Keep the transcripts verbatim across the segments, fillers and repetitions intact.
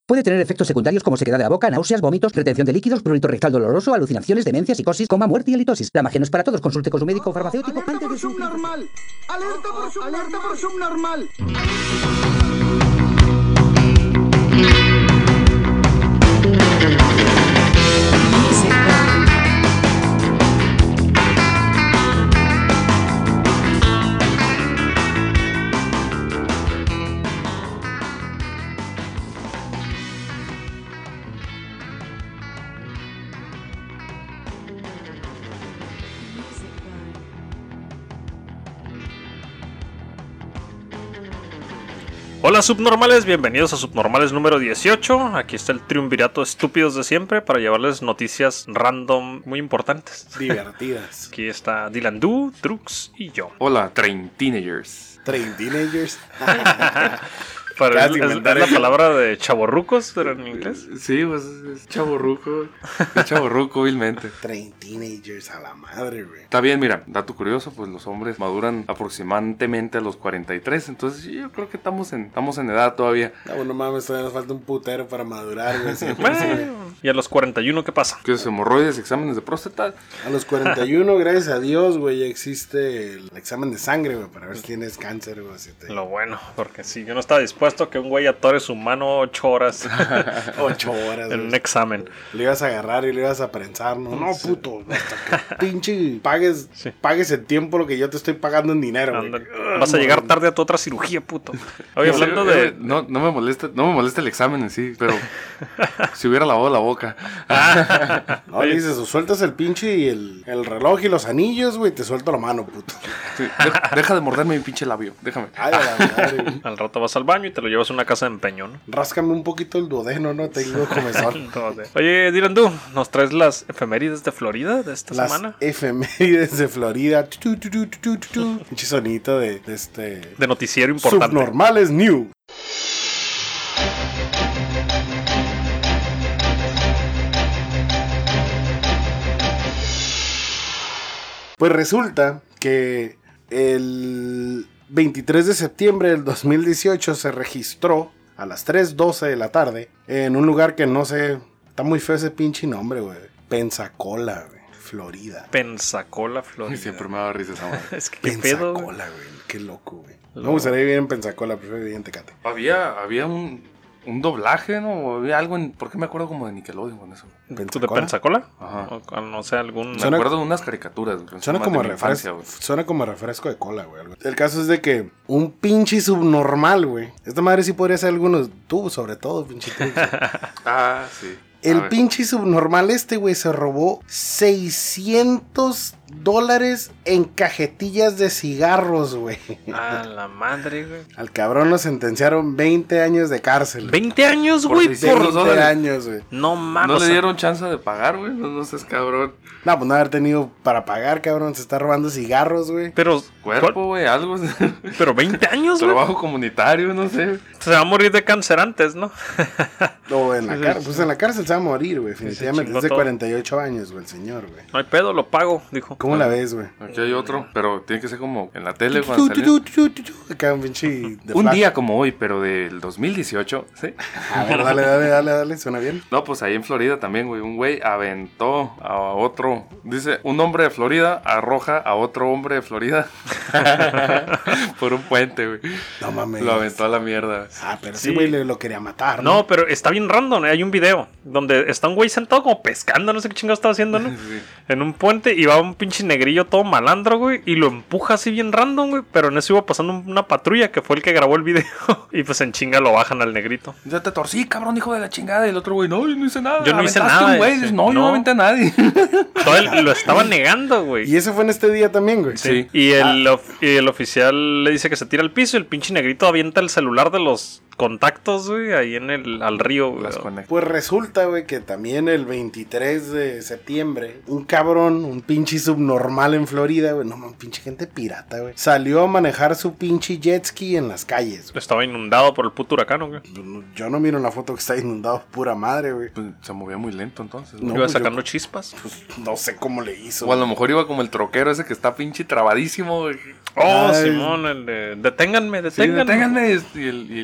Puede tener efectos secundarios como sequedad de la boca, náuseas, vómitos, retención de líquidos, prurito rectal doloroso, alucinaciones, demencia, psicosis, coma, muerte y halitosis. La magia no es para todos. Consulte con su médico o farmacéutico ¡Alerta antes por de su... subnormal! ¡Alerta por subnormal! ¡Alerta por subnormal! Hola subnormales, bienvenidos a Subnormales número dieciocho. Aquí está el triunvirato estúpidos de siempre para llevarles noticias random muy importantes. Divertidas. Aquí está Dylan Du, Drux y yo. Hola, Train Teenagers. Train Teenagers. Para es, es, es la palabra de chavorrucos, pero en inglés. Sí, pues es chavorruco. Es chavorruco, vilmente. Train Teenagers a la madre, güey. Está bien, mira, dato curioso, pues los hombres maduran aproximadamente a los cuarenta y tres. Entonces yo creo que estamos en, estamos en edad todavía. No, bueno, mames, todavía nos falta un putero para madurar, güey. Bueno, ¿y a los cuarenta y uno qué pasa? ¿Qué es hemorroides, exámenes de próstata? A los cuarenta y uno, gracias a Dios, güey, ya existe el examen de sangre, güey, para ver si tienes cáncer, güey. Si te... Lo bueno, porque si yo no estaba dispuesto a que un güey atore su mano ocho horas. Ocho horas, en un güey. examen. Le ibas a agarrar y le ibas a prensar, ¿no? No, Sí. puto, hasta que pinche pagues, Sí. pagues el tiempo lo que yo te estoy pagando en dinero, güey. Anda, vas a llegar tarde a tu otra cirugía, puto. Oye, Sí, hablando eh, de... No, no me molesta, no me molesta el examen en sí, pero si hubiera lavado la boca. No, le dices, o sueltas el pinche y el, el reloj y los anillos, güey, te suelto la mano, puto. Sí, deja, deja de morderme mi pinche labio, déjame. Ay, a la madre, güey. Al rato vas al baño y te lo llevas a una casa de empeño, ¿no? Ráscame un poquito el duodeno, ¿no? Tengo comezón. Entonces, oye, Dylan Du, ¿nos traes las efemérides de Florida de esta Las semana? efemérides de Florida. Tu, tu, tu, tu, tu, tu. Pinche sonito de, de este... De noticiero importante. Subnormales New. Pues resulta que el veintitrés de septiembre del dos mil dieciocho se registró a las tres doce de la tarde en un lugar que no sé, está muy feo ese pinche nombre, güey. Pensacola, güey, Florida. Pensacola, Florida. Siempre me da risa esa madre. Es que qué pedo, güey. Pensacola, güey, qué loco, güey. Lo- No me gustaría vivir en Pensacola, prefiero vivir en Tecate. Había, había un, un doblaje, ¿no? O había algo en... ¿Por qué me acuerdo como de Nickelodeon con eso? ¿Tú de ¿Pensacola? Pensacola? Ajá. O, no sé, algún... Me Suena- acuerdo de unas caricaturas. güey, Suena más como, de mi refresco, infancia, güey. suena como refresco de cola, güey. algo. El caso es de que un pinche subnormal, güey. Esta madre sí podría ser algunos, tú sobre todo, pinche tú. Ah, sí. A El ver. pinche subnormal este, güey, se robó seiscientos dólares en cajetillas de cigarros, güey. A la madre, güey. Al cabrón lo sentenciaron veinte años de cárcel. veinte años, Por güey, seiscientos por... dólares. veinte años, güey. No mames. No o le sea, dieron chance de pagar, güey. No, no seas cabrón. No, pues no haber tenido para pagar, cabrón. Se está robando cigarros, güey. Pero... Cuerpo, güey, algo. Pero veinte años, güey. Trabajo comunitario, no sé. Se va a morir de cáncer antes, ¿no? O en la Sí, cárcel. sí, Pues sí. en la cárcel se va a morir, güey. Definitivamente. chingó Es de todo. cuarenta y ocho años, güey, el señor, güey. No hay pedo, lo pago, dijo. ¿Cómo la ves, güey? Aquí hay otro, pero tiene que ser como en la tele cuando Tu, tu, salió. tu, tu, tu, tu. Acá un pinche de Un flash. día como hoy, pero del dos mil dieciocho, ¿sí? A ver, dale, dale, dale, dale. ¿Suena bien? No, pues ahí en Florida también, güey. Un güey aventó a otro. Dice, un hombre de Florida arroja a otro hombre de Florida por un puente, güey. No mames. Lo aventó a la mierda. Ah, pero Sí. sí, güey, le- lo quería matar, ¿no? No, pero está bien random, ¿eh? Hay un video donde está un güey sentado como pescando, no sé qué chingado estaba haciendo, ¿no? Sí. En un puente y va un pinche negrillo todo malandro, güey, y lo empuja así bien random, güey, pero en eso iba pasando una patrulla que fue el que grabó el video y pues en chinga lo bajan al negrito. Ya te torcí, cabrón, hijo de la chingada. Y el otro güey, no, yo no hice nada. Yo no hice Aventaste nada, un güey. dice. Dice, no, yo No. no aventé a nadie. Todo él lo estaba negando, güey. Y ese fue en este día también, güey. Sí. Y el, of- y el oficial le dice que se tira al piso y el pinche negrito avienta el celular de los contactos, güey, ahí en el al río, güey. Las conecta. Pues resulta, güey, que también el veintitrés de septiembre, un cabrón, un pinche subnormal en Florida, güey, no mames, pinche gente pirata, güey, salió a manejar su pinche jet ski en las calles, güey. Estaba inundado por el puto huracán, güey. Yo no miro en la foto que está inundado, pura madre, güey. Pues se movía muy lento entonces. No, ¿no? Iba pues sacando yo- chispas. No sé cómo le hizo. O a lo mejor iba como el troquero ese que está pinche trabadísimo, güey. Oh, Ay. Simón, el de deténganme, Sí, deténganme. deténganme. Y el, y el que es un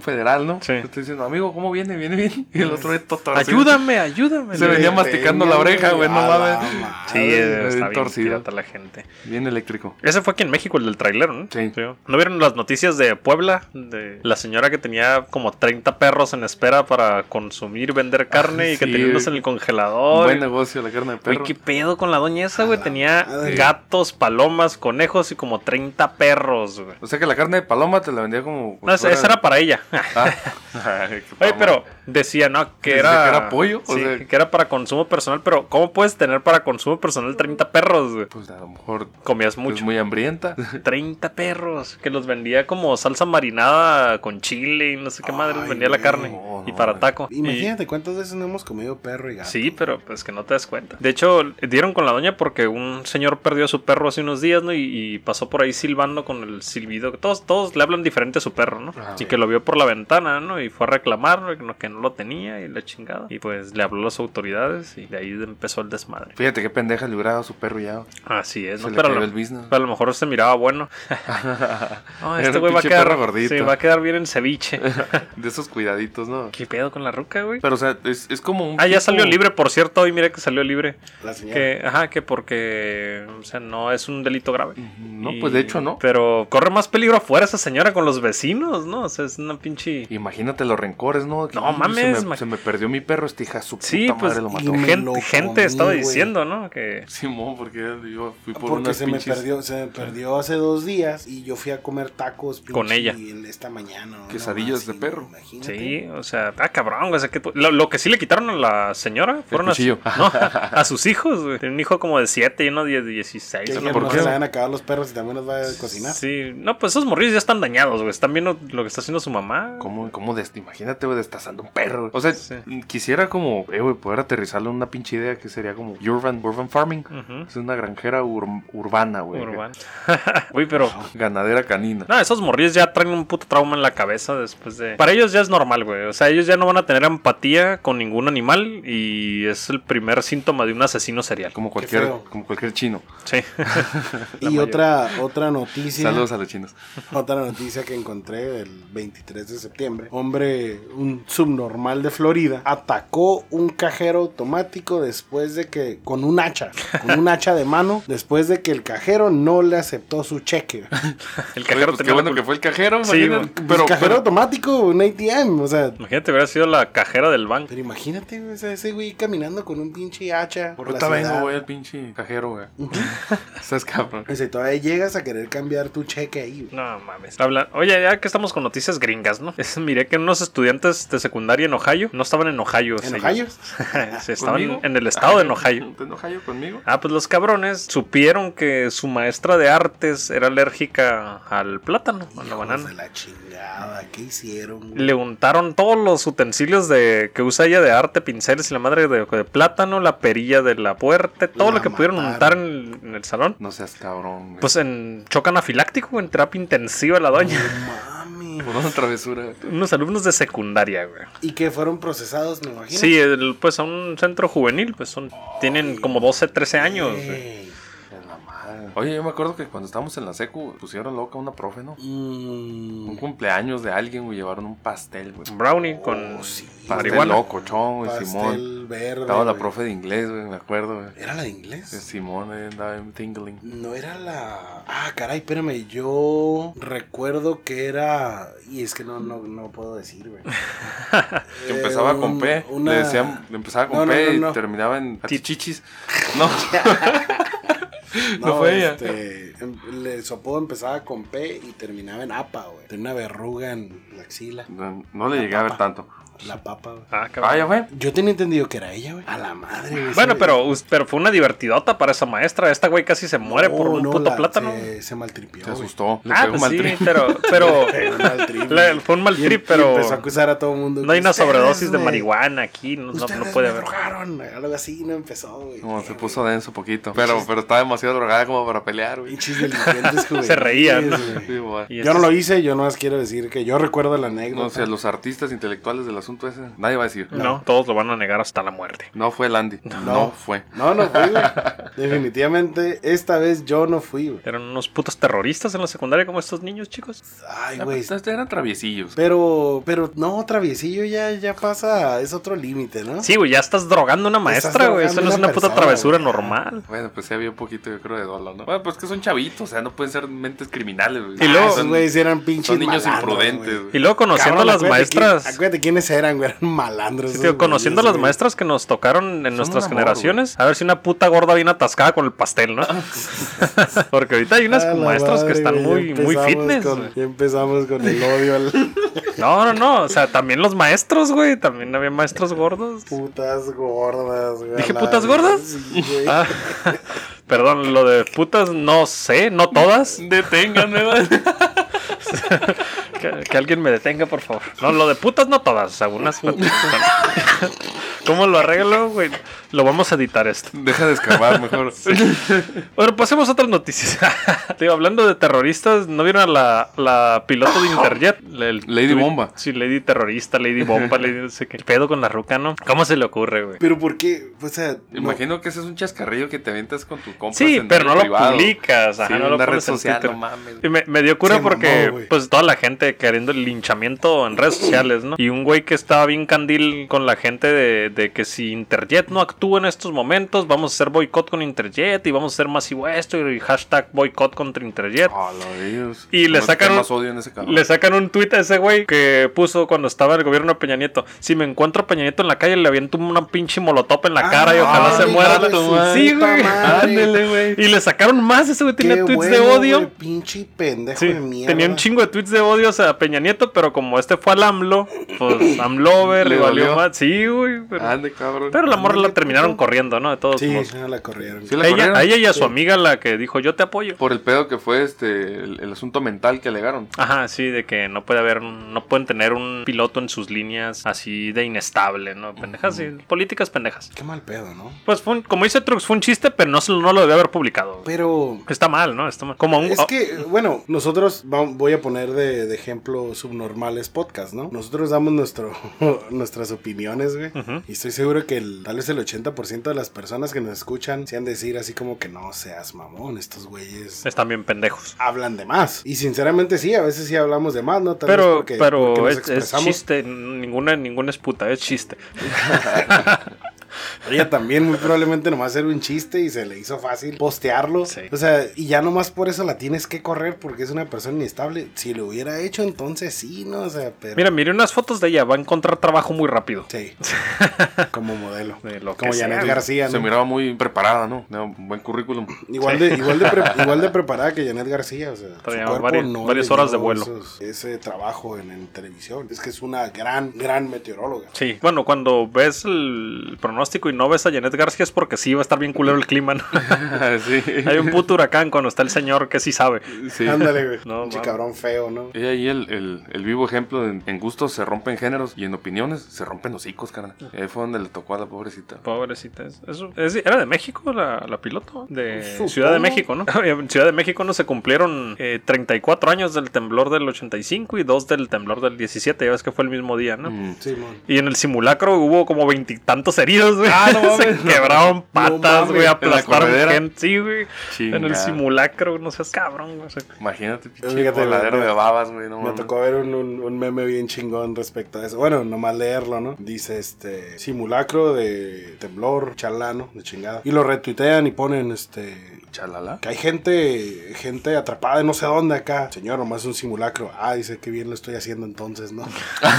federal, ¿no? Sí. Estoy diciendo, amigo, ¿cómo viene? ¿Viene bien? Y el otro es todo Ayúdame, ayúdame. Se venía masticando la oreja, güey, no mames. Sí, eh, está bien torcido. pirata la gente. Bien eléctrico. Ese fue aquí en México, el del trailero, ¿no? Sí. ¿No vieron las noticias de Puebla? De la señora que tenía como treinta perros en espera para consumir, vender carne Ah, y que sí. tenían en el Un congelador. buen negocio la carne de perro. Güey, ¿qué pedo con la doña esa, güey? Tenía madre. gatos, palomas, conejos y como treinta perros, güey. O sea que la carne de paloma te la vendía como... No, esa, esa era para ella. Ah. Ay, qué Oye, paloma. pero decía, ¿no? Que Decía era... que era pollo, o Sí, sea- que era para consumo personal, pero ¿cómo puedes tener para consumo personal treinta perros, güey? Pues a lo mejor Comías es mucho. muy hambrienta. treinta perros, que los vendía como salsa marinada con chile y no sé qué madres Ay, vendía la no, carne. no, y para güey. taco. Y- Imagínate cuántas veces no hemos comido perro y gato. Sí, pero pues que no te das cuenta. De hecho, dieron con la doña porque un señor perdió a su perro hace unos días, ¿no? Y, y pasó por ahí silbando con el silbido. Todos, todos le hablan diferente a su perro, ¿no? Ah, y bien. que lo vio por la ventana, ¿no? Y fue a reclamar que no, que no lo tenía y la chingada. Y pues le habló a las autoridades y de ahí empezó el desmadre. Fíjate qué pendeja le hubiera dado a su perro ya. Así es, Se ¿no? le Pero a cayó lo, el business. pero a lo mejor se miraba bueno. No, Era este un güey va a pinche quedar perro gordito. sí, va a quedar bien en ceviche. De esos cuidaditos, ¿no? ¿Qué pedo con la ruca, güey? Pero, o sea, es, es como un Ah, ya tipo- salió libre, por cierto, hoy mira que salió libre. La señora. Que, ajá, que porque, o sea, no es un delito grave. No, Y- pues de hecho, ¿no? Pero corre más peligro afuera esa señora con los vecinos, ¿no? O sea, es una pinche... Imagínate los rencores, ¿no? Que, No, "Uy, mames, Se me, ma- se me perdió mi perro, esta hija, su Sí, puta pues, madre lo mató. y me gente, lo gente comí, estaba güey. diciendo, ¿no? Que... Simón, porque yo fui por Porque unas se me pinches perdió, se me perdió hace dos días y yo fui a comer tacos Con pinche, ella. en esta mañana. ¿no? Quesadillas de Sí, Sí, perro. Imagínate. o sea, ah, cabrón, güey, o sea, que lo, lo que sí le quitaron a la señora fueron a, cuchillo. no, a sus hijos, güey. Tiene un hijo como de siete y uno de dieciséis. Que ¿no? dijeron, ¿por no qué? se le van a acabar los perros y también los va a cocinar. Sí, no, pues esos morrillos ya están dañados, güey. Están viendo lo que está haciendo su mamá. ¿Cómo, cómo des- imagínate, güey, destazando un perro? O sea, Sí. quisiera como, eh, güey, poder aterrizarlo en una pinche idea que sería como urban, urban farming. Ujú. Es una granjera ur- urbana, güey. Urbano. Uy, pero... Ganadera canina. No, esos morrillos ya traen un puto trauma en la cabeza después de... Para ellos ya es normal, güey. O sea, ellos ya no van a tener empatía con ningún animal y es el primer síntoma de un asesino serial. Como cualquier, feo. como cualquier chino. Sí. Y otra, otra noticia. Saludos a los chinos. Otra noticia que encontré el veintitrés de septiembre. Hombre, un subnormal de Florida, atacó un cajero automático después de que, con un hacha, con un hacha de mano, después de que el cajero no le aceptó su cheque. El Oye, cajero pues qué tenía la bueno que culpa. fue el cajero, Sí, imagínate. güey. Pero, pero, cajero pero- automático, un A T M, o sea. Imagínate, hubiera sido la cajera del banco. Pero imagínate, o sea, ese güey caminando con un pinche hacha. Por la ahorita vengo, ciudad. güey, el pinche cajero, güey. Estás cabrón. O sea, todavía llegas a querer cambiar tu cheque ahí, güey. No mames. Habla... Oye, ya que estamos con noticias gringas, ¿no? Es, miré que unos estudiantes de secundaria en Ohio no estaban en Ohio. ¿En ellos. Ohio? Sí, estaban ¿Conmigo? en el estado de Ohio. ¿En Ohio conmigo? Ah, pues los cabrones supieron que su maestra de artes era alérgica al plátano, a la Hijos banana. de la chingada, ¿qué hicieron, güey? Le untaron todos los utensilios de que usa ella de arte, pinceles y la madre de, de plátano, la perilla de la puerta, todo La lo que pudieron mataron. untar en el, en el salón. No seas cabrón, güey. Pues en choque anafiláctico, en terapia intensiva la doña. Mami. Por una travesura. Unos alumnos de secundaria, güey. Y que fueron procesados, me imagino. Sí, el- pues a un centro juvenil, pues son tienen como doce, trece años. güey. Ey. Es la madre. Oye, yo me acuerdo que cuando estábamos en la secu pusieron loca a una profe, ¿no? Un Mm, cumpleaños de alguien, güey, llevaron un pastel, güey. Brownie con Oh, sí. Pastel marihuana. locochón, güey, pastel Simón. verde. Estaba la güey. profe de inglés, güey, me acuerdo, güey. ¿Era la de inglés? Simón eh, andaba en tingling. No era la... Ah, caray, espérame. Yo recuerdo que era... Y es que no, no, no puedo decir, güey. Que empezaba Eh, con un- P. una- Le decían, empezaba con No, no, P no, y no. terminaba en chichis. No. No, No fue ella. este, em- le- su apodo empezaba con P y terminaba en APA, güey. Tenía una verruga en la axila. No, no le llegué a ver tanto. La papa, güey. Ah, cabrón. Ah, ya fue. Yo tenía entendido que era ella, güey. A la madre, güey. Bueno, Sí, pero, us- pero fue una divertidota para esa maestra. Esta güey casi se muere no, por un no, puto la- plátano. Se, se maltripió, Se güey. asustó. Le Ah, pegó pues mal sí, trip. pero, pero Fue un mal trip, le- güey. fue un mal Y- trip, y pero empezó a acusar a todo el mundo. no hay una "Ustedes sobredosis de me- marihuana aquí, no, no, no ustedes puede me haber. drogaron", algo así, no empezó, güey. Como se puso denso poquito. Pero, pero estaba demasiado drogada como para pelear, güey. Pinches delincuentes, güey. Se reían, ¿no? güey. Sí, güey. Y Yo estos- no lo hice, yo no más quiero decir que yo recuerdo la No, anécdota. o sea, los artistas intelectuales del asunto asunto ese? Nadie va a decir. No, no todos lo van a negar hasta la muerte. No fue el Andy. No, no fue. No, no fui, güey. Definitivamente, esta vez yo no fui, güey. Eran unos putos terroristas en la secundaria como estos niños, chicos. Ay, Ah, güey. pues, eran traviesillos. Pero, pero no, traviesillo ya, ya pasa, es otro límite, ¿no? Sí, güey, ya estás drogando a una maestra, güey. Eso no es una una puta persona, travesura güey. normal. Bueno, pues sí había un poquito, yo creo, de dolo, ¿no? Bueno, pues que son chavitos, o sea, no pueden ser mentes criminales, güey. Y luego- Ah, esos güeyes eran pinches Son niños malandros, imprudentes, güey. güey. Y luego conociendo Cabrón, a las acuérdate maestras. quién- acuérdate quiénes eran, güey. Eran malandros. Sí, esos tío, conociendo a las güeyes, maestras que nos tocaron en nuestras un amor, generaciones, a ver si una puta gorda bien atascada con el pastel, ¿no? Porque ahorita hay unas A la maestras que madre, están güey, muy, ya muy empezamos fitness. con- güey. ya empezamos con el odio al... No, no, no. O sea, también los maestros, güey. También había maestros gordos. Putas gordas, güey. ¿Dije a la putas vez, gordas? sí, güey. Ah, perdón, lo de putas no sé, no todas. Deténganme, güey. Que, que alguien me detenga, por favor. No, lo de putas no todas, algunas. ¿Cómo lo arreglo, güey? Lo vamos a editar esto. Deja de escarbar mejor. Bueno, pasemos a otras noticias. Digo, hablando de terroristas, ¿no vieron a la, la piloto de Interjet? El- Lady Bomba. Sí, Lady terrorista, Lady Bomba, Lady no sé qué. ¿Qué pedo con la ruca, no? ¿Cómo se le ocurre, güey? Pero ¿por qué? O sea, no. Imagino que ese es un chascarrillo que te aventas con tu compa. Sí, pero no lo publicas. Ajá, Sí, no lo una red pones en social, Twitter. no mames. Y me, me dio cura Se porque, mamó, güey. pues, toda la gente queriendo el linchamiento en redes sociales, ¿no? Y un güey que estaba bien candil con la gente de, de que si Interjet no actúa en estos momentos, vamos a hacer boicot con Interjet y vamos a hacer masivo esto y hashtag boicot contra Interjet. Oh, lo de ellos. Y le No sacan te un- más odio en ese cabrón. Le sacan un tuit a ese güey que puso cuando estaba el gobierno de Peña Nieto. Si me encuentro a Peña Nieto en la calle, le aviento una pinche molotov en la Ah, cara y ojalá se hijo muera. de su Sí, puta güey. madre. Ándele, güey. Y le sacaron más. Ese güey tenía Qué tweets bueno, de odio. güey, pinche pendejo Sí, de mierda. tenía un chingo de tweets de odio a Peña Nieto, pero como este fue al AMLO, pues AMLover, Le le valió dolió. más. Sí, güey. Pero, Ande, cabrón. pero la morra la Ándale, terminaron puto. corriendo, ¿no? De todos Sí, modos. no la corrieron. Sí, la A ella, corrieron. a ella y a su Sí. amiga la que dijo yo te apoyo. Por el pedo que fue este el, el asunto mental que alegaron. Ajá, sí, de que no puede haber, un- no pueden tener un piloto en sus líneas así de inestable, ¿no? Pendejas, sí, políticas pendejas. Qué mal pedo, ¿no? Pues fue un- como dice Trux, fue un chiste, pero no, se lo- no lo debía haber publicado. Pero Está mal, ¿no? Está mal. Como un... es que, bueno, nosotros va- voy a poner de, de ejemplo Subnormales Podcast, ¿no? Nosotros damos nuestro, nuestras opiniones, güey. Ujú. Y estoy seguro que el, tal vez el ochenta por ciento de las personas que nos escuchan se han de decir así como que no seas mamón, estos güeyes Están bien pendejos. hablan de más. Y sinceramente sí, a veces sí hablamos de más, ¿no? Tal vez Pero, porque- pero porque nos es, es expresamos. chiste, ninguna, ninguna es puta, es chiste. Ella también muy probablemente nomás era un chiste y se le hizo fácil postearlo. Sí. O sea, y ya nomás por eso la tienes que correr porque es una persona inestable. Si lo hubiera hecho, entonces sí, ¿no? O sea, pero... Mira, mire unas fotos de ella, va a encontrar trabajo muy rápido. Sí. Como modelo. De lo Como que Janet sea, García, Se ¿no? miraba muy preparada, ¿no? Tenía un buen currículum. Igual, de, igual, de pre- igual de preparada que Janet García. O sea, su Traía cuerpo varias- no varias le horas dio de vuelo. esos- ese trabajo en, en televisión. Es que es una gran, gran meteoróloga. Sí, bueno, cuando ves el pronóstico y no ves a Janet García es porque sí va a estar bien culero el clima, ¿no? sí. Hay un puto huracán cuando está el señor que sí sabe. Sí. Ándale, güey. No, Pinche mames. cabrón feo, ¿no? Y ahí el, el, el vivo ejemplo de en gustos se rompen géneros y en opiniones se rompen hocicos, carnal. Y ahí fue donde le tocó a la pobrecita. Pobrecita. es- Eso, es- ¿Era de México la, la piloto? De Supongo. Ciudad de México, ¿no? En Ciudad de México no se cumplieron eh, treinta y cuatro años del temblor del ochenta y cinco y dos del temblor del diecisiete. Ya ves que fue el mismo día, ¿no? Mm. Sí, mon. Y en el simulacro hubo como veintitantos heridos, güey. Ah, no Se mames. quebraron patas, mames. güey. ¿En la aplastaron corredera? gente. Sí, güey. En el Chingada. simulacro, no seas cabrón, güey. O sea, Imagínate, pinche Fíjate, voladero me- de babas, güey. No Me mames. tocó ver un, un, un meme bien chingón respecto a eso. Bueno, nomás leerlo, ¿no? Dice este simulacro de temblor, chalano, de chingada. Y lo retuitean y ponen este Chalala. que hay gente, gente atrapada en no sé dónde acá. Señor, nomás es un simulacro. Ah, dice que bien lo estoy haciendo entonces, ¿no?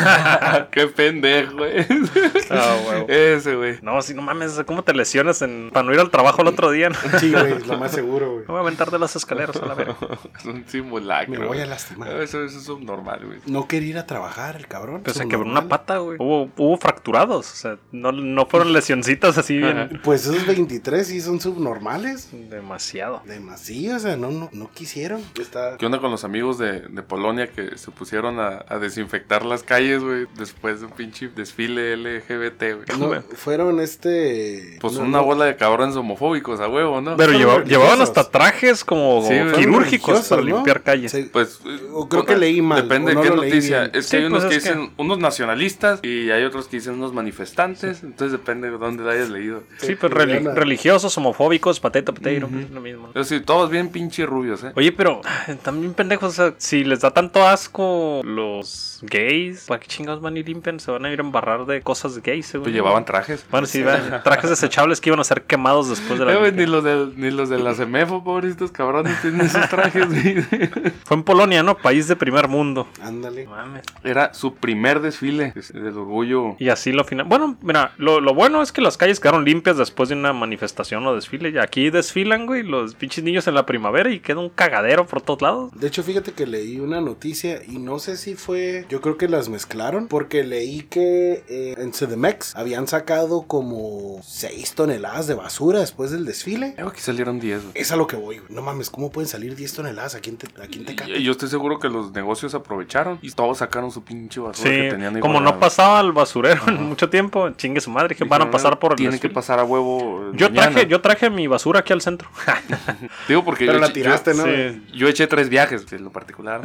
Qué pendejo, güey. ah, güey. Ese, güey. No, si no mames, ¿cómo te lesionas en... para no ir al trabajo el otro día? No Sí, güey, es lo más seguro, güey. me voy a aventar de las escaleras a la verga. Es un simulacro. Me voy a güey. lastimar. Eso, eso es subnormal, güey. No quería ir a trabajar el cabrón. Pero se Subnormal. quebró una pata, güey. Hubo, hubo fracturados. O sea, no, no fueron lesioncitas así bien. Pues esos veintitrés sí son subnormales. Demasiado. Demasiado, o sea, no, no, no quisieron. Está... ¿Qué onda con los amigos de, de Polonia que se pusieron a, a desinfectar las calles, güey? Después de un pinche desfile L G B T, güey. No, fueron hicieron este... Pues no, una no, bola de cabrones homofóbicos a huevo, ¿no? Pero Fueron lleva- religiosos. llevaban hasta trajes como Sí, güey. quirúrgicos Religiosos, para ¿no? limpiar calles. Sí. Pues O creo que leí mal, Depende o no de qué lo leí noticia. bien. Es Sí, que hay unos pues que es que- dicen unos nacionalistas y hay otros que dicen unos manifestantes. Entonces depende de dónde la hayas leído. Sí, pues Sí, reli- gana. religiosos, homofóbicos, pateta, patero, es lo mismo. ¿no? Es decir, todos bien pinche rubios, ¿eh? Oye, pero ay, también pendejos, o sea, si les da tanto asco los gays, ¿para qué chingados van y limpian? Se van a ir a embarrar de cosas gays, según Pues yo. llevaban trajes. Bueno, sí, van- trajes desechables que iban a ser quemados después de la Eh, güey, ni limpia. los del, ni los de la CEMEFO, pobrecitos cabrones, tienen esos trajes, güey. Fue en Polonia, ¿no? País de primer mundo. Ándale. Mames. Era su primer desfile del orgullo. Y así lo final. Bueno, mira, lo, lo bueno es que las calles quedaron limpias después de una manifestación o desfile. Y aquí desfilan, güey, los pinches niños en la primavera y queda un cagadero por todos lados. De hecho, fíjate que leí una noticia y no sé si fue... Yo creo que las mezclaron porque leí que eh, en C D M X habían sacado como seis toneladas de basura después del desfile. Creo que salieron diez, güey. Es a lo que voy, güey. No mames, ¿cómo pueden salir diez toneladas aquí en, te, aquí en Tecate? Y yo estoy seguro que los negocios aprovecharon y todos sacaron su pinche basura Sí, que tenían ahí como guardada. no pasaba al basurero en mucho tiempo, chingue su madre, que van a pasar por el Tiene que desfile. pasar a huevo. Yo mañana. traje, yo traje mi basura aquí al centro. Digo porque Pero yo, la yo- tiraste, ¿no? Sí. yo eché tres viajes, en lo particular.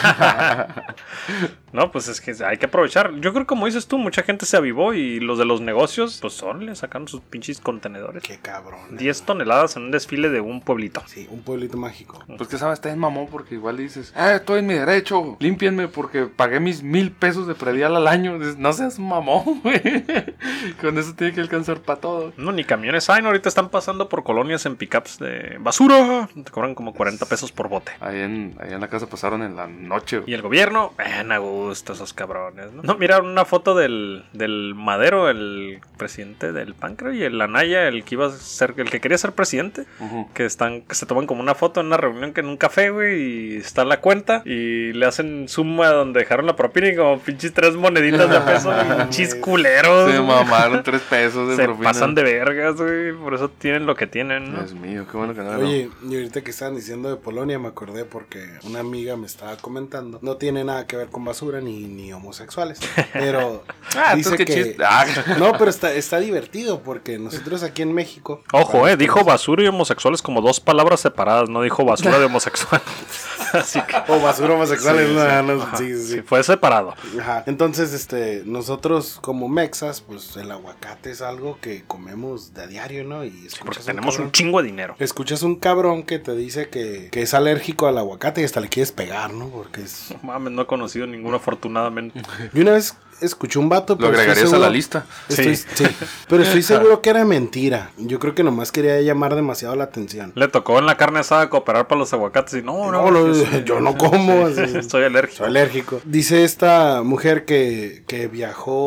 No, pues es que hay que aprovechar. Yo creo que como dices tú, mucha gente se avivó y los de los negocios, pues son, le sacaron sus pinches contenedores. Qué cabrón. diez toneladas en un desfile de un pueblito. Sí, un pueblito mágico. Pues que sabes, está en mamón porque igual dices, ah, estoy en mi derecho, límpienme porque pagué mis mil pesos de predial al año. Dices, no seas mamón, güey. Con eso tiene que alcanzar para todo. No, ni camiones hay, no, ahorita están pasando por colonias en pickups de basura. Te cobran como cuarenta pesos por bote. Ahí en, ahí en la casa pasaron en la noche, güey. Y el gobierno, ven a gusto esos cabrones, ¿no? No, mira una foto del, del Madero, el presidente del P A N, creo, y el Anaya, el que iba a ser, el que quería ser presidente, Ujú. que están, que se toman como una foto en una reunión que en un café, güey, y está la cuenta, y le hacen suma donde dejaron la propina y como pinches tres moneditas de peso, pinches culeros. Se mamaron tres pesos de Se propina. pasan de vergas, güey, por eso tienen lo que tienen, ¿no? Dios mío, qué bueno que no. Oye, y ahorita que estaban diciendo de Polonia me acordé porque una amiga me estaba comentando. No tiene nada que ver con basura ni, ni homosexuales. Pero Ah, dice entonces qué que... chiste. Ah. No, pero está, está divertido porque nosotros aquí en México... Ojo, eh, dijo basura y homosexuales como dos palabras separadas, no dijo basura de homosexual. Así que O basura homosexual. Sí, es una- sí. no, Ajá, sí, sí, sí, sí. fue separado. Ajá. Entonces, este, nosotros como mexas, pues el aguacate es algo que comemos de a diario, ¿no? Y escuchas Porque un tenemos cabrón- un chingo de dinero. Escuchas un cabrón que te dice que, que es alérgico al aguacate y hasta le quieres pegar, ¿no? Porque es... No mames, no he conocido ninguno afortunadamente. Yo una vez escuché un vato, Lo pero estoy agregarías a seguro- la lista. Estoy, Sí. sí. Pero estoy seguro que era mentira. Yo creo que nomás quería llamar demasiado la atención. Le tocó en la carne asada cooperar para los aguacates y no, no. No, no, sí, sí. yo no como. Sí, así. Soy alérgico. Soy alérgico. Dice esta mujer que, que viajó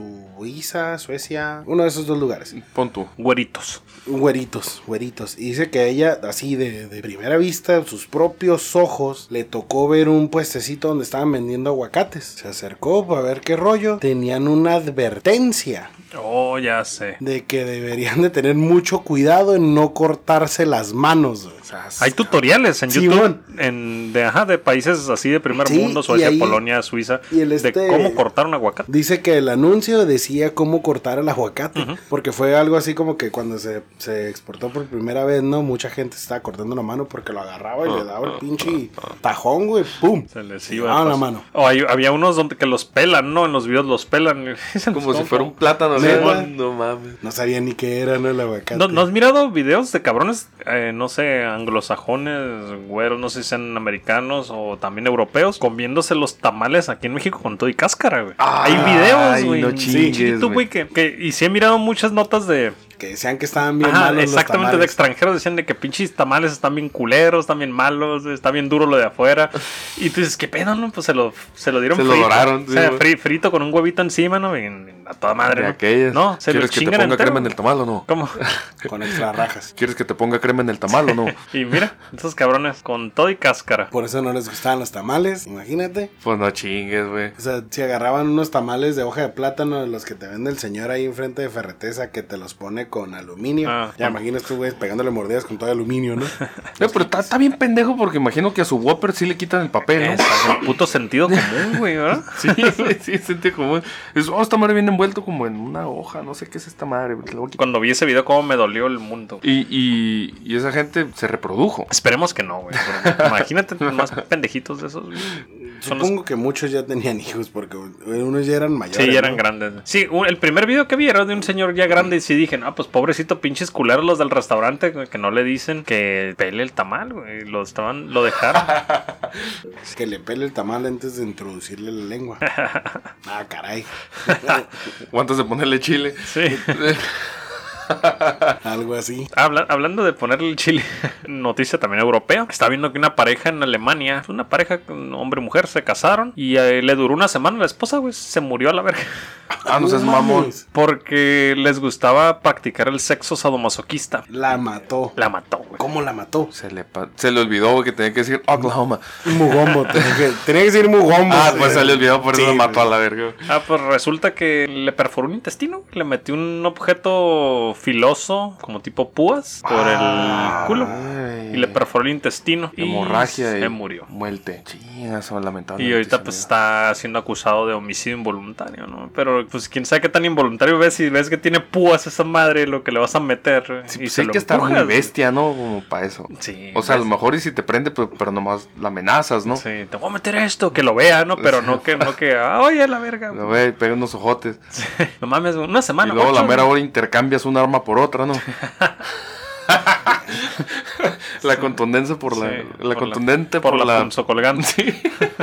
Suiza, Suecia, uno de esos dos lugares. Pon tú. Güeritos. Güeritos, güeritos. Y dice que a ella, así de, de primera vista, sus propios ojos, le tocó ver un puestecito donde estaban vendiendo aguacates. Se acercó para ver qué rollo. Tenían una advertencia Oh, ya sé. de que deberían de tener mucho cuidado en no cortarse las manos. O sea, Hay tutoriales en Simón. YouTube en, de, ajá, de países así de primer Sí, mundo, y Suecia, ahí- Polonia, Suiza, y el este- de cómo cortar un aguacate. Dice que el anuncio decía cómo cortar el aguacate, porque fue algo así como que cuando se, se exportó por primera vez, ¿no? Mucha gente estaba cortando la mano porque lo agarraba y le daba el pinche tajón, güey, ¡pum! Se les Se iba llevaban de la paso. mano. O hay- había unos donde que los pelan, ¿no? En los videos los pelan. Como si fuera un plátano. ¿sí? ¿Neta? No mames. No sabía ni qué era, ¿no? El aguacate. ¿No, ¿No has mirado videos de cabrones, eh, no sé, anglosajones, güeros, no sé si sean americanos o también europeos, comiéndose los tamales aquí en México con todo y cáscara, güey? Hay videos, güey. no en chingues, YouTube, güey, que, que- y sí he mirado muchas notas de... Que decían que estaban bien Ajá, malos los exactamente, de tamales. extranjeros decían de que pinches tamales están bien culeros, están bien malos, está bien duro lo de afuera. Y tú dices, ¿qué pedo, no? Pues se lo, se lo dieron Se lo frito. doraron, O sea, sí, fri- frito con un huevito encima, ¿no? En- en- a toda madre, De ¿no? aquellas. No, se lo ¿Quieres que te chingan ponga entero. crema en el tamal o no? ¿Cómo? Con extra rajas. ¿Quieres que te ponga crema en el tamal o no? Y mira, esos cabrones con todo y cáscara. Por eso no les gustaban los tamales, imagínate. Pues no chingues, güey. O sea, si agarraban unos tamales de hoja de plátano, de los que te vende el señor ahí enfrente de Ferretesa, que te los pone con aluminio. Ah. Ya imaginas tú, güey, pegándole mordidas con todo aluminio, ¿no? Eh, pero está, está bien pendejo porque imagino que a su Whopper sí le quitan el papel, ¿no? Es el puto sentido común, güey, ¿verdad? Sí, güey, sí, sentido común. Es, oh, esta madre viene envuelto como en una hoja, no sé qué es esta madre. Cuando vi ese video, cómo me dolió el mundo. Y, y, y esa gente se reprodujo. Esperemos que no, güey. Imagínate más pendejitos de esos, güey. Supongo los... que muchos ya tenían hijos porque unos ya eran mayores. Sí, ya eran ¿no? grandes. Sí, un, el primer video que vi era de un señor ya grande y sí dije, no, pues pobrecito pinches culeros los del restaurante que no le dicen que pele el tamal, güey. Lo estaban, lo dejaron. Que le pele el tamal antes de introducirle la lengua. Ah, caray. O antes de ponerle chile. Sí. Algo así. Habla, hablando de ponerle el chile, noticia también europea. Está viendo que una pareja en Alemania, una pareja, hombre y mujer, se casaron y eh, le duró una semana a la esposa, güey, se murió a la verga. Ah, no seas mamón. Porque les gustaba practicar el sexo sadomasoquista. La mató. La mató, güey. ¿Cómo la mató? Se le, pa- se le olvidó güey, que tenía que decir Oklahoma. Mugombo. Tenía que, tenía que decir Mugombo. Ah, pues se le olvidó, por eso Sí, la mató güey. a la verga. Ah, pues resulta que le perforó un intestino, le metió un objeto filoso, como tipo púas, por Ah, el culo. Ay. Y le perforó el intestino. Hemorragia y y se murió. Muerte. Chingas, son lamentables. Y ahorita pues está siendo acusado de homicidio involuntario, ¿no? Pero pues quién sabe qué tan involuntario ves. Si ves que tiene púas esa madre, lo que le vas a meter. Sí, y pues se hay lo que estar empujas. muy bestia, ¿no? Como para eso. Sí. O sea, a lo ves. mejor y si te prende, pues, pero nomás la amenazas, ¿no? Sí, te voy a meter esto, que lo vea, ¿no? Pero no que, no que, ah, oye, la verga. Lo ve, pega unos ojotes. Sí. No mames, una semana. Y luego ocho, la mera ¿no? hora intercambias un arma por otra, ¿no? La contundencia por la... Sí, la por contundente por, por, la, la... punzocolgante. Sí.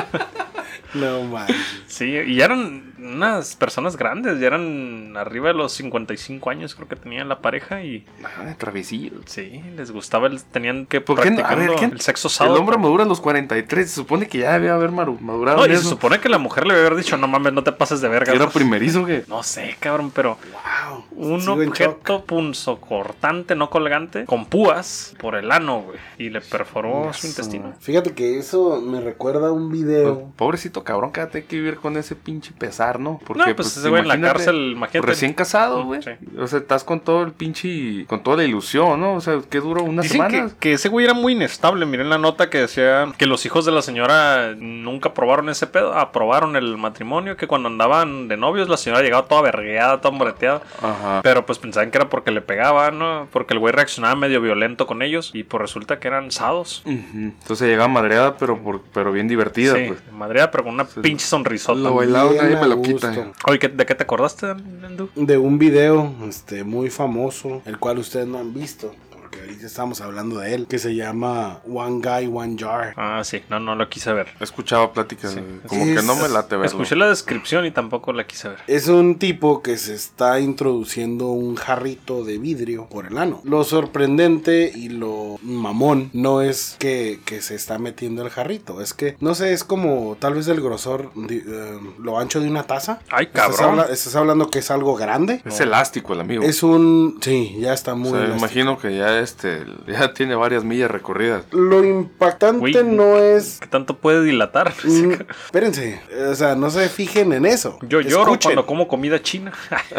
No manches. Sí, y ya eran unas personas grandes, ya eran arriba de los cincuenta y cinco años, creo que tenían la pareja y Ah, de traviesillo. sí, les gustaba, el, tenían que ¿Por qué no? A practicando ver, ¿quién? el sexo El sado. hombre madura a los cuarenta y tres. Se supone que ya debe haber maru- madurado No, en y se eso. supone que la mujer le debe haber dicho, no mames, no te pases de verga. Que era ¿no? primerizo, que... No sé, cabrón, pero Wow. un Sigo en objeto punzocortante, no colgante, con púas por el ano, güey, y le perforó su intestino. Fíjate que eso me recuerda a un video. Pobrecito cabrón, que hay que vivir con ese pinche pesar, ¿no? Porque, No, pues ese güey en la imagínate, cárcel, imagínate. Recién casado, güey. Sí. O sea, estás con todo el pinche... Con toda la ilusión, ¿no? O sea, ¿qué duró? ¿Unas Dicen que, semanas? que ese güey era muy inestable. Miren la nota que decía que los hijos de la señora nunca aprobaron ese pedo. Aprobaron el matrimonio, que cuando andaban de novios la señora llegaba toda vergueada, toda moreteada. Ajá. Pero pues pensaban que era porque le pegaban, ¿no? Porque el güey reaccionaba medio violento con ellos. Y pues resulta que eran sados. Ujú. Entonces llegaba madreada, pero por, pero bien divertida, Sí, pues. madreada, pero con una pinche sonrisota. Lo bailado Bien nadie a me lo gusto. quita. Oye, ¿qué- ¿de qué te acordaste, Lendu? De un video este, muy famoso, el cual ustedes no han visto, porque ahorita estamos hablando de él, que se llama One Guy, One Jar. Ah, sí, no, no lo quise ver. Escuchaba pláticas, Sí. como Sí, que es- no me late verlo. Escuché la descripción y tampoco la quise ver. Es un tipo que se está introduciendo un jarrito de vidrio por el ano. Lo sorprendente y lo mamón no es que, que se está metiendo el jarrito, es que, no sé, es como tal vez el grosor, de, eh, lo ancho de una taza. Ay, ¿Estás, cabrón. habla- ¿Estás hablando que es algo grande? Es elástico el amigo. Es un... Sí, ya está O muy sea, elástico. imagino que ya este ya tiene varias millas recorridas. Lo impactante Güey, no es... ¿Qué tanto puede dilatar? Mm, espérense, o sea, no se fijen en eso. Yo lloro Escuchen. cuando como comida china.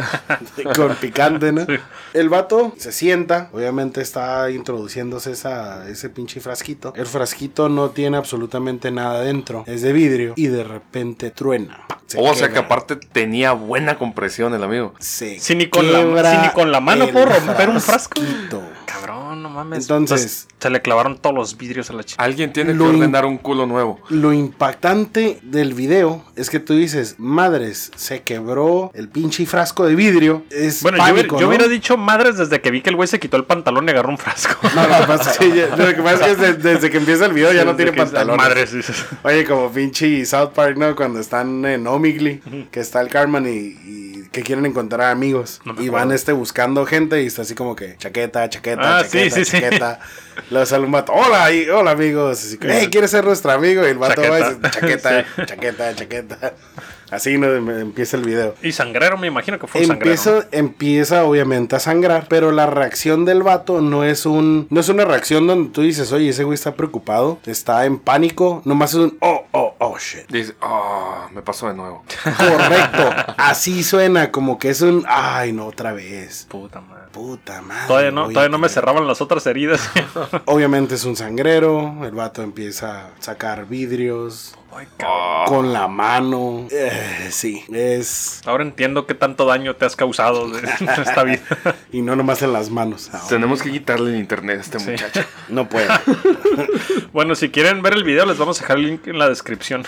Con picante, ¿no? Sí. El vato se sienta, obviamente está introduciéndose esa, ese pinche frasquito. El frasquito no tiene absolutamente nada dentro, es de vidrio y de repente truena. Se O sea que quebra. aparte tenía buena compresión el amigo. Se Si ni con la- quebra si ni con la mano el puedo romper un frasco. frasquito. Cabrón, no mames. Entonces- se le clavaron todos los vidrios a la chica. Alguien tiene Lo que in- ordenar un culo nuevo. Lo impactante del video es que tú dices, madres, se quebró el pinche frasco de vidrio. Es Bueno, yo, pánico, hubiera, yo ¿no? hubiera dicho madres desde que vi que el güey se quitó el pantalón y agarró un frasco. No, lo que pasa, sí, ya- lo que pasa es que desde, desde que empieza el video ya no Desde tiene que- pantalones. Madres, dices. Oye, como pinche South Park, ¿no? Cuando están en Omegle, que está el Cartman y, y que quieren encontrar amigos. No me y van acuerdo. este buscando gente y está así como que chaqueta, chaqueta, Ah, sí, chaqueta, sí, sí. chaqueta. Luego sale un vato, hola, y, hola amigos. Así que, hey, ¿quieres ser nuestro amigo? Y el vato va y dice, Chaqueta. chaqueta, Sí. chaqueta, chaqueta. Así no me- empieza el video. Y sangrero, me imagino que fue un sangrero. Empieza, empieza obviamente a sangrar, pero la reacción del vato no es un no es una reacción donde tú dices, oye, ese güey está preocupado, está en pánico, nomás es un oh, oh, oh, shit. Dice, ah, me pasó de nuevo. Correcto, así suena, como que es un, ay, no, otra vez. Puta madre. Puta madre. Todavía no, voy a todavía no me tener- cerraban las otras heridas. Obviamente es un sangrero, el vato empieza a sacar vidrios, Ay, cabrón. con la mano. Eh, sí, es... Ahora entiendo qué tanto daño te has causado de esta vida. Y no nomás en las manos. Ahora. Tenemos que quitarle el internet a este Sí. muchacho. No puedo. Bueno, si quieren ver el video, les vamos a dejar el link en la descripción.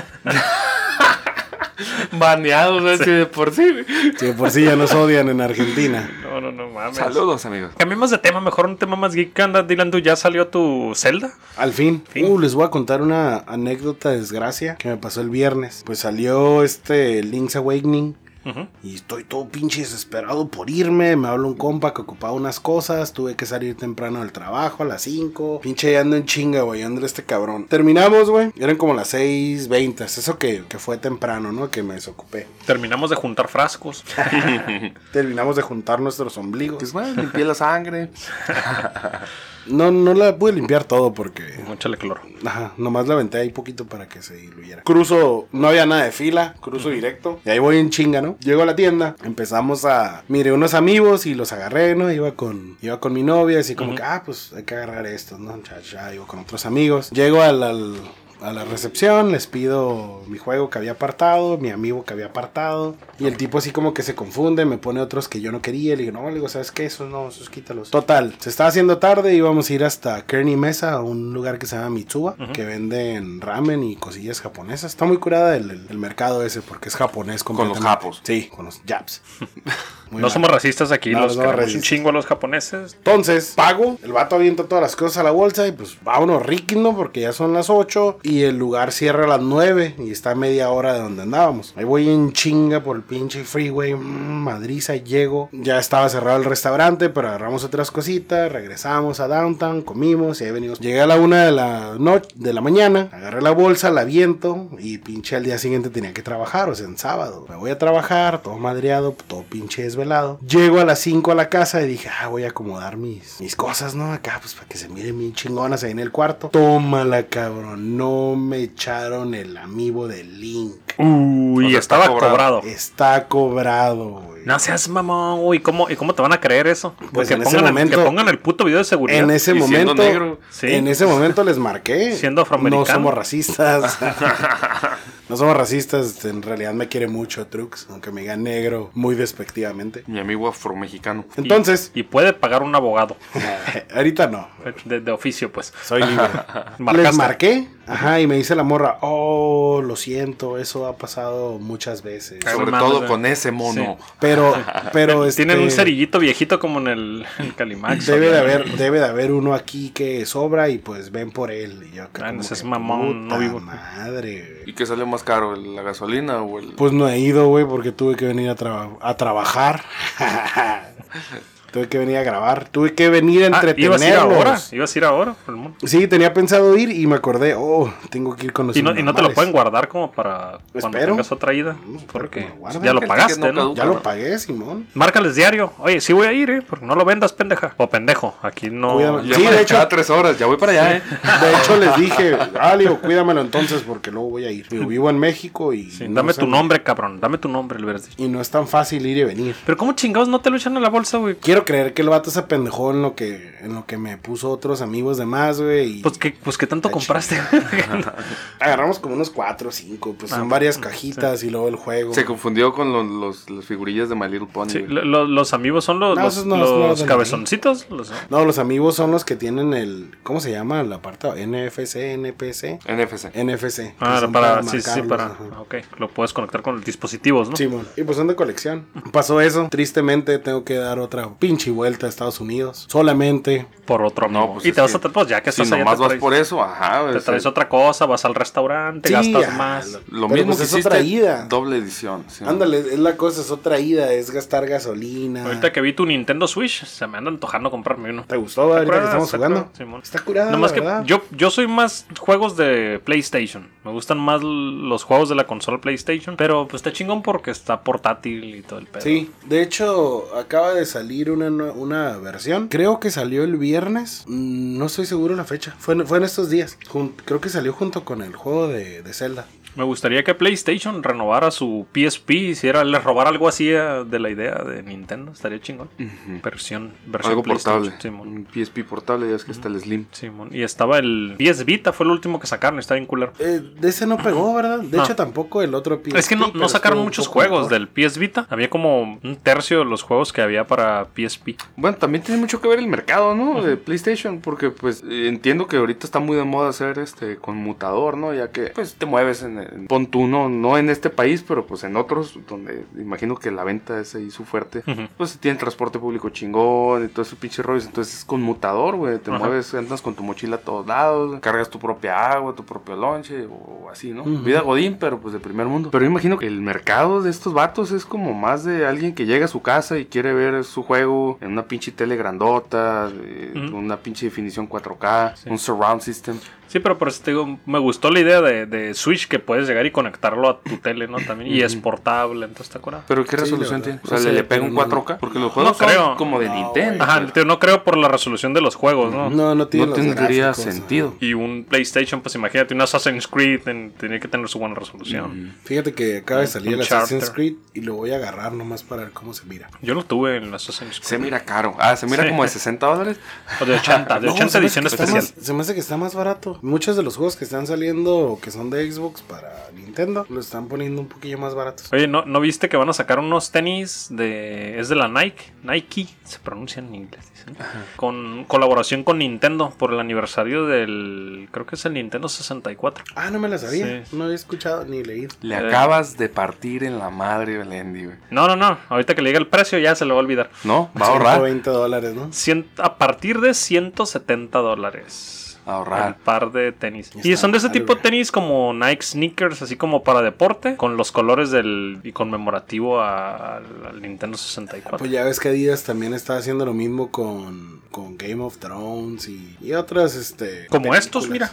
Baneados, ¿no? Sí, de por sí. Sí, por sí ya nos odian en Argentina. No, no, no mames. Saludos, amigos. Cambiemos de tema, mejor un tema más geek. ¿Qué onda, Dylan? ¿Tú ya salió tu Zelda? Al fin. Fin. Uh, les voy a contar una anécdota de desgracia que me pasó el viernes. Pues salió este Link's Awakening. Uh-huh. Y estoy todo pinche desesperado por irme. Me habla un compa que ocupaba unas cosas. Tuve que salir temprano del trabajo a las cinco. Pinche ando en chinga, güey. Ando este cabrón. Terminamos, güey. Eran como las seis veinte. Eso que, que fue temprano, ¿no? Que me desocupé. Terminamos de juntar frascos. Terminamos de juntar nuestros ombligos. Pues bueno, limpié la sangre. No, no la pude limpiar todo porque... Échale cloro. Ajá, nomás la aventé ahí poquito para que se diluyera. Cruzo, no había nada de fila, cruzo directo. Y ahí voy en chinga, ¿no? Llego a la tienda, empezamos a... Miré unos amigos y los agarré, ¿no? Iba con, iba con mi novia, así como Uh-huh. que, ah, pues hay que agarrar estos, ¿no? Ya, ya, iba con otros amigos. Llego al... al a la recepción, les pido mi juego que había apartado, mi amigo que había apartado, y el tipo así como que se confunde, me pone otros que yo no quería, le digo, no, le digo, ¿sabes qué? Esos no, esos quítalos. Total, se estaba haciendo tarde, íbamos a ir hasta Kearney Mesa, a un lugar que se llama Mitsuba, Uh-huh. que venden ramen y cosillas japonesas. Está muy curada el, el, el mercado ese, porque es japonés Con los completamente. japos. Sí, con los japs. Muy No mal. somos racistas aquí, No, los no somos queremos un racistas. chingo a los japoneses. Entonces, pago, el vato avienta todas las cosas a la bolsa y pues vámonos riquín, porque ya son las ocho y el lugar cierra a las nueve y está a media hora de donde andábamos. Ahí voy en chinga por el pinche freeway, mmm, madriza, llego. Ya estaba cerrado el restaurante, pero agarramos otras cositas, regresamos a downtown, comimos y ahí venimos. Llegué a la una de la noche, de la mañana, agarré la bolsa, la aviento y pinche al día siguiente tenía que trabajar, o sea, en sábado. Me voy a trabajar, todo madreado, todo pinche desvelado. Llego a las cinco a la casa y dije, ah, voy a acomodar mis, mis cosas, ¿no? Acá, pues para que se miren bien chingonas ahí en el cuarto. Tómala, cabrón, no me echaron el amiibo de Link. Uy, O sea, estaba está cobrado. cobrado. Está cobrado, güey. No seas mamón, uy, ¿cómo, ¿y cómo te van a creer eso? Pues que, en ese pongan el, momento- que pongan el puto video de seguridad. En ese Y siendo momento, negro. Sí. en ese momento les marqué. Siendo afroamericano. No somos racistas. No somos racistas. En realidad me quiere mucho Trux, aunque me diga negro muy despectivamente. Mi amigo afromexicano. Y- Entonces, Y, puede pagar un abogado. ahorita no. De, de oficio, pues. Soy libre. Marcaste. Les marqué. Ajá, y me dice la morra, oh, lo siento, eso ha pasado muchas veces. Ay, Sobre mames, todo güey. con ese mono. Pero, pero este, Tienen un cerillito viejito como en el, el Calimax. Debe de ¿no? haber, debe de haber uno aquí que sobra y pues ven por él. Y yo que Ah, como no seas que, mamón, no puta vivo. madre. ¿Y qué sale más caro? ¿La gasolina o el...? Pues no he ido, güey, porque tuve que venir a, traba- a trabajar. Tuve que venir a grabar. Tuve que venir a Ah, entretenerlos. ¿ibas a ir ahora? ¿Ibas a ir ahora? por el mundo? Sí, tenía pensado ir y me acordé, oh, tengo que ir con los Y no, y no te lo normales. pueden guardar como para cuando Espero. tengas otra ida. No, espero Porque que me guarden. ya lo El pagaste, ticket no ¿no? caduca. Ya lo pagué, Simón. Márcales diario. Oye, sí voy a ir, ¿eh? Porque no lo vendas, pendeja. O pendejo. Aquí no. Cuídame. Ya Sí, me de hecho- echaba tres horas, ya voy para allá, ¿eh? De hecho, les dije, ah, le digo, cuídamelo entonces porque luego voy a ir. Digo, vivo en México y... Sí, no dame sé- tu nombre, cabrón. Dame tu nombre, el verde. Y no es tan fácil ir y venir. Pero ¿cómo chingados no te lo echan a la bolsa, güey? Quiero creer que el vato se apendejó en lo que, en lo que me puso otros amigos de más, güey. Y Pues que, pues que tanto La compraste. agarramos como unos cuatro o cinco, pues Ah, son varias cajitas y luego el juego. Se confundió con los, los, las figurillas de My Little Pony. Sí, güey. lo- lo- los amigos son los, No, los, esos no, los esos no los de cabezoncitos. Los- No, los amigos son los que tienen el, ¿cómo se llama? La parte N F C, N P C, N F C. N F C. que Ah, son para, sí, sí, marcarlos, para. ajá. ah, Ok, lo puedes conectar con los dispositivos, ¿no? Simón. Y pues son de colección. Pasó eso. Tristemente tengo que dar otra pinche vuelta a Estados Unidos. Solamente. Por otro No, amigo. pues y es te vas que a tra- pues ya que Si estás allá, nomás te vas traes, por eso, ajá. te es traes el- otra cosa, vas al restaurante, Sí, gastas ajá, más. lo- Lo Pero mismo pues que es hiciste, otra ida. doble edición. sí. Ándale, es la cosa, es otra ida, es gastar gasolina. Ahorita que vi tu Nintendo Switch, se me anda antojando comprarme uno. ¿Te gustó ahorita que curada, estamos está jugando? curada, Simón. Está curada, Nomás la que verdad. yo, yo soy más juegos de PlayStation. Me gustan más l- los juegos de la consola PlayStation. Pero pues está chingón porque está portátil y todo el pedo. Sí, de hecho acaba de salir una, nue- una versión. Creo que salió el viernes. Mm, No estoy seguro la fecha. Fue, en- fue en estos días. Jun- creo que salió junto con el juego de, de Zelda. Me gustaría que PlayStation renovara su P S P, hiciera, les robara algo así de la idea de Nintendo, estaría chingón. Uh-huh. Versión, versión algo portable, Simón. Un P S P portable, ya es que uh-huh. está el Slim. Simón. Y estaba el P S Vita, fue el último que sacaron, está bien culero. Eh, de ese no pegó, ¿verdad? De no. hecho tampoco el otro P S P. Es que no, no sacaron muchos juegos mejor. Del P S Vita, había como un tercio de los juegos que había para P S P. Bueno, también tiene mucho que ver el mercado, ¿no? Uh-huh. De PlayStation, porque pues entiendo que ahorita está muy de moda hacer este conmutador, ¿no? Ya que pues te mueves en, en pon tú, no, no en este país, pero pues en otros, donde imagino que la venta es ahí su fuerte, uh-huh. pues tiene transporte público chingón y todo ese pinche rollo, entonces es conmutador, güey, te uh-huh. mueves, andas con tu mochila a todos lados, cargas tu propia agua, tu propio lonche o así, ¿no? Uh-huh. Vida godín, pero pues de primer mundo. Pero yo imagino que el mercado de estos vatos es como más de alguien que llega a su casa y quiere ver su juego en una pinche tele grandota, eh, uh-huh. una pinche definición cuatro K, sí. un surround system. Sí, pero por eso te digo, me gustó la idea de, de Switch, que puedes llegar y conectarlo a tu tele, ¿no? También, y es portable, entonces está curado. ¿Pero qué resolución sí, tiene? O sea, ¿le, le pega un cuatro K? Porque los juegos no creo. Son como de no, Nintendo. Ajá, tío, no creo por la resolución de los juegos, ¿no? No, no, tiene no tendría gráficos, sentido. Y un PlayStation, pues imagínate, un Assassin's Creed ten, tiene que tener su buena resolución. Mm. Fíjate que acaba de salir el Assassin's Creed y lo voy a agarrar nomás para ver cómo se mira. Yo lo tuve en el Assassin's Creed. Se mira caro. Ah, se mira sí. como de sesenta dólares. O de ochenta, de ochenta no, edición especial. Más, se me hace que está más barato. Muchos de los juegos que están saliendo o que son de Xbox para Nintendo lo están poniendo un poquillo más baratos. Oye, ¿no, ¿no viste que van a sacar unos tenis de... es de la Nike? Nike, se pronuncia en inglés, dicen. Ajá. Con colaboración con Nintendo por el aniversario del... creo que es el Nintendo sesenta y cuatro. Ah, no me la sabía. Sí. No había escuchado ni leído. Le eh. acabas de partir en la madre, Belendi, güey. No, no, no. Ahorita que le diga el precio ya se lo va a olvidar. No, va a ahorrar. ciento veinte dólares, ¿no? Cien, a partir de ciento setenta dólares. Ahorrar. Un par de tenis. Está y son de ese mal, tipo de tenis como Nike Sneakers, así como para deporte, con los colores del y conmemorativo a, al, al Nintendo sesenta y cuatro. Pues ya ves que Adidas también está haciendo lo mismo con, con Game of Thrones y, y otras, este... Como películas. Estos, mira.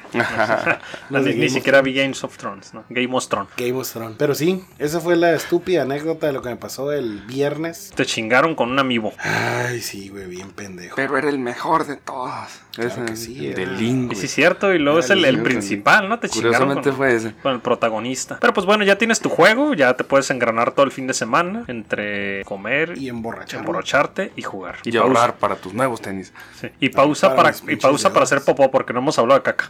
Ah, no, ni, ni siquiera vi Game of Thrones, ¿no? Game of Thrones. Game of Thrones. Pero sí, esa fue la estúpida anécdota de lo que me pasó el viernes. Te chingaron con un amiibo. Ay, sí, güey, bien pendejo. Pero era el mejor de todos. Claro ese, que sí, de Link. Y sí, es cierto, y luego es el, el principal, ¿no? Te chingaron con, fue ese. con el protagonista. Pero pues bueno, ya tienes tu juego, ya te puedes engranar todo el fin de semana entre comer y emborrachar, emborracharte y jugar. Y, y ahorrar para tus nuevos tenis. Sí. Y pausa para, para y pausa para hacer popó, porque no hemos hablado de caca.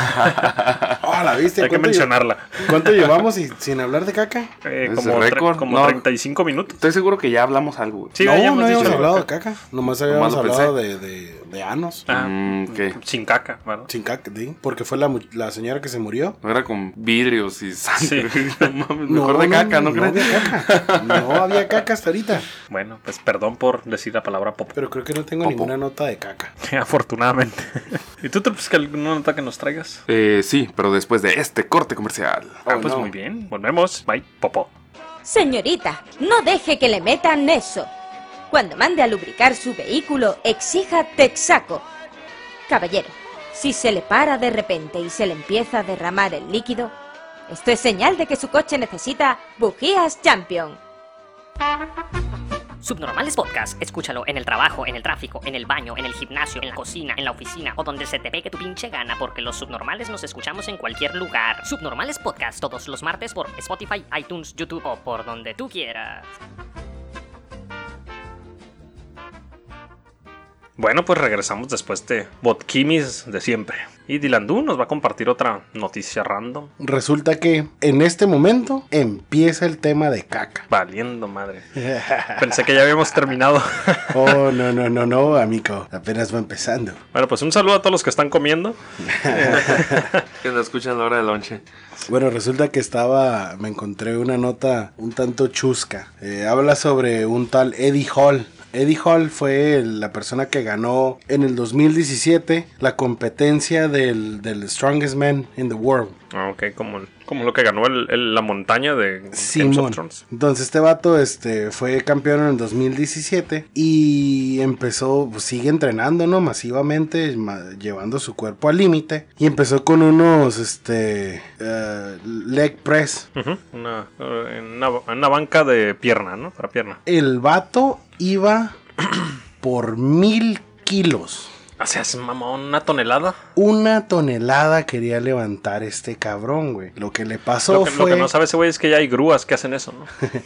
Oh, ¿la viste? Hay que mencionarla. ¿Cuánto llevamos y, sin hablar de caca? Eh, como tre- como no, treinta y cinco minutos. Estoy seguro que ya hablamos algo. Sí, no, no habíamos hablado de caca. Nomás habíamos Nomás hablado de, de, de anos. Ah, mm, okay. Sin caca, ¿verdad? Sin caca, sí. Porque fue la, la señora que se murió. No era con vidrios y sangre. Sí. No, mames, mejor no, de caca, ¿no, ¿no crees? No había caca. No había caca hasta ahorita. Bueno, pues perdón por decir la palabra popó. Pero creo que no tengo popó. ninguna nota de caca. Afortunadamente. ¿Y tú tienes pues, alguna nota que nos traigas? Eh, sí, pero después de este corte comercial. Ah, oh, pues no. muy bien. Volvemos. Bye, popó. Señorita, no deje que le metan eso. Cuando mande a lubricar su vehículo, exija Texaco. Caballero, si se le para de repente y se le empieza a derramar el líquido, esto es señal de que su coche necesita bujías Champion. Subnormales Podcast, escúchalo en el trabajo, en el tráfico, en el baño, en el gimnasio, en la cocina, en la oficina o donde se te pegue tu pinche gana, porque los subnormales nos escuchamos en cualquier lugar. Subnormales Podcast, todos los martes por Spotify, iTunes, YouTube o por donde tú quieras. Bueno, pues regresamos después de Botkimis de siempre. Y Dilandú nos va a compartir otra noticia random. Resulta que en este momento empieza el tema de caca. Valiendo madre. Pensé que ya habíamos terminado. Oh, no, no, no, no, amigo. Apenas va empezando. Bueno, pues un saludo a todos los que están comiendo. Que nos escuchan a la hora del lonche. Bueno, resulta que estaba, me encontré una nota un tanto chusca. Eh, habla sobre un tal Eddie Hall. Eddie Hall fue la persona que ganó en el dos mil diecisiete la competencia del, del Strongest Man in the World. Ah, ok, como, como lo que ganó el, el, la montaña de Simón. Games of Thrones. Entonces este vato este, fue campeón en el dos mil diecisiete y empezó, pues, sigue entrenando, ¿no? Masivamente, ma, llevando su cuerpo al límite. Y empezó con unos este, uh, leg press. Uh-huh. Una, una, una banca de pierna, ¿no? Para pierna. El vato iba por mil kilos. O sea, es mamón, una tonelada. Una tonelada quería levantar este cabrón, güey. Lo que le pasó Lo que, fue... lo que no sabe ese güey es que ya hay grúas que hacen eso, ¿no?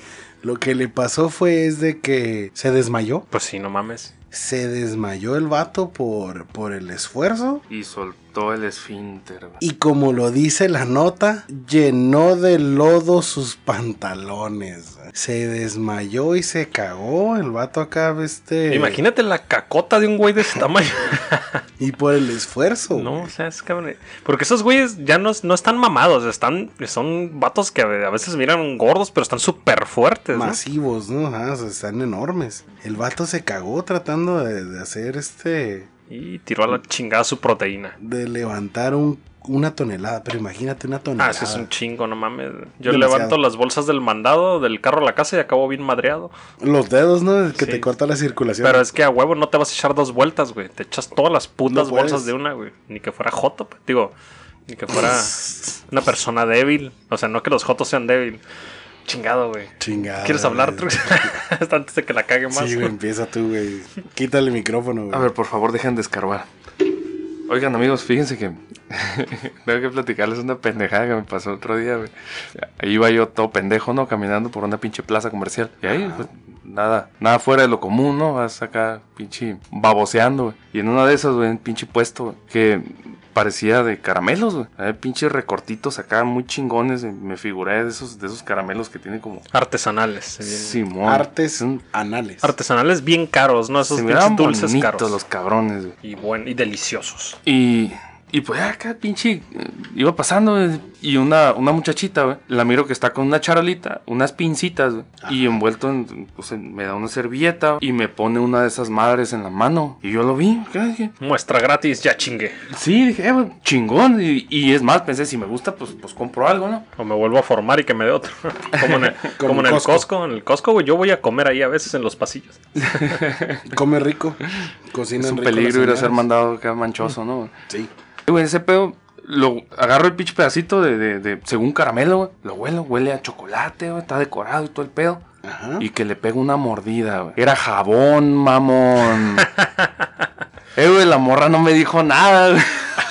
Lo que le pasó fue es de que se desmayó. Pues sí, no mames. Se desmayó el vato por, por el esfuerzo. Y soltó el esfínter, güey. Y como lo dice la nota, llenó de lodo sus pantalones. Se desmayó y se cagó. El vato acá, este... Imagínate la cacota de un güey de ese tamaño. Y por el esfuerzo. No, o sea, es cabrón. Porque esos güeyes ya no, no están mamados. Están, son vatos que a veces miran gordos, pero están súper fuertes, ¿no? Masivos, ¿no? Ajá, o sea, están enormes. El vato se cagó tratando de, de hacer este... Y tiró a la chingada su proteína. De levantar un, una tonelada. Pero imagínate una tonelada. Ah, eso es un chingo, no mames. Yo Demasiado. levanto las bolsas del mandado del carro a la casa y acabo bien madreado. Los dedos, ¿no? El que Sí. te corta la circulación. Pero es que a huevo no te vas a echar dos vueltas, güey. Te echas todas las putas No puedes. bolsas de una, güey. Ni que fuera joto, pues. Digo, ni que fuera una persona débil. O sea, no que los jotos sean débil. Chingado, güey. Chingada. ¿Quieres hablar, güey. Trux? Hasta antes de que la cague más. Sí, güey, empieza tú, güey. Quítale el micrófono, güey. A ver, por favor, dejen de escarbar. Oigan, amigos, fíjense que tengo que platicarles una pendejada que me pasó otro día, güey. Ahí iba yo todo pendejo, ¿no? Caminando por una pinche plaza comercial. Y ahí, pues, nada, nada fuera de lo común, ¿no? Vas acá, pinche, baboseando, güey. Y en una de esas, güey, un pinche puesto, güey, que parecía de caramelos, güey. Hay pinches recortitos acá muy chingones. Me figuré de esos, de esos caramelos que tienen como... Artesanales. Bien. Simón. Artes Son- anales. Artesanales bien caros, ¿no? Esos Se pinches miraban dulces bonitos caros. los cabrones, güey. Y, buen, y deliciosos. Y, y pues acá pinche eh, iba pasando, güey, y una, una muchachita, güey, la miro que está con una charolita, unas pincitas, güey, y envuelto en, pues, en- me da una servilleta y me pone una de esas madres en la mano. Y yo lo vi, ¿qué dije? Muestra gratis, ya chingue. Sí, dije, eh, güey, chingón. Y, y es más, pensé, si me gusta, pues, pues compro algo, ¿no? O me vuelvo a formar y que me dé otro. Como en el, Como como en el Costco. Costco. En el Costco, güey, yo voy a comer ahí a veces en los pasillos. Come rico. Cocina Es un rico peligro las ir a ser señoras. mandado acá manchoso, ¿no? Sí. Y, güey, ese pedo, lo agarro el pinche pedacito de, de, de según caramelo, güey. Lo huelo, huele a chocolate, güey. Está decorado y todo el pedo. Ajá. Y que le pego una mordida, güey. Era jabón, mamón. eh, güey, la morra no me dijo nada, güey.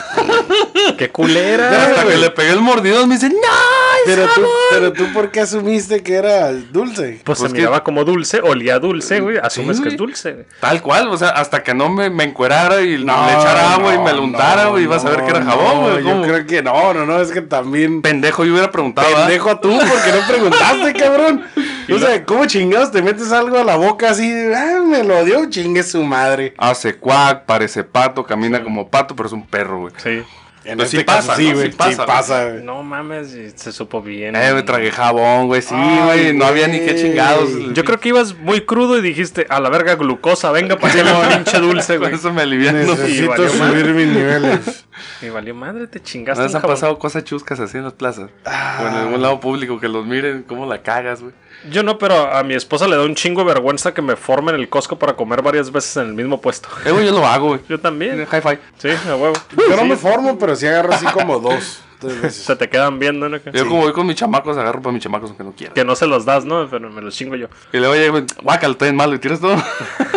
¡Qué culera! Hasta que le pegué el mordido, me dice, ¡no! Pero tú, pero tú, ¿por qué asumiste que era dulce? Pues, Pues se que- miraba como dulce, olía dulce, güey. Asumes Sí, que es güey. dulce, güey. Tal cual, o sea, hasta que no me, me encuerara y le echara agua y me lo untara, güey, ibas a ver que era jabón, güey. Yo ¿cómo? creo que no, no, no, es que también... Pendejo, yo hubiera preguntado, ¿verdad? Pendejo tú, porque no preguntaste, cabrón. O sea, ¿cómo chingados te metes algo a la boca así? Ah, me lo dio, chingue su madre. Hace cuac, parece pato, camina como pato, pero es un perro, güey. Sí. En Pues este sí caso pasa, sí, ¿no? güey, Sí sí pasa, pasa, güey. No mames, y se supo bien. Eh, me tragué jabón, güey, sí, Ay, güey, no había ni qué güey. chingados. Yo creo que ibas muy crudo y dijiste, a la verga glucosa, venga, pásame un pinche dulce, Con güey. eso me aliviano. Y Necesito valió subir mis niveles. Y valió madre, te ¿No chingaste les un han jabón. pasado cosas chuscas así en las plazas? Ah. O en algún lado público que los miren, cómo la cagas, güey. Yo no, pero a mi esposa le da un chingo de vergüenza que me forme en el Costco para comer varias veces en el mismo puesto. Eh, güey, yo lo hago, güey. Yo también. High five. Sí, a huevo. Yo no Sí, me formo, pero sí agarro así como dos, tres veces. Se te quedan viendo, ¿no? Yo como voy con mis chamacos, agarro para mis chamacos aunque no quiera. Que no se los das, ¿no? Pero me los chingo yo. Y luego llega, güey, guácalo, estoy en malo y tiras todo.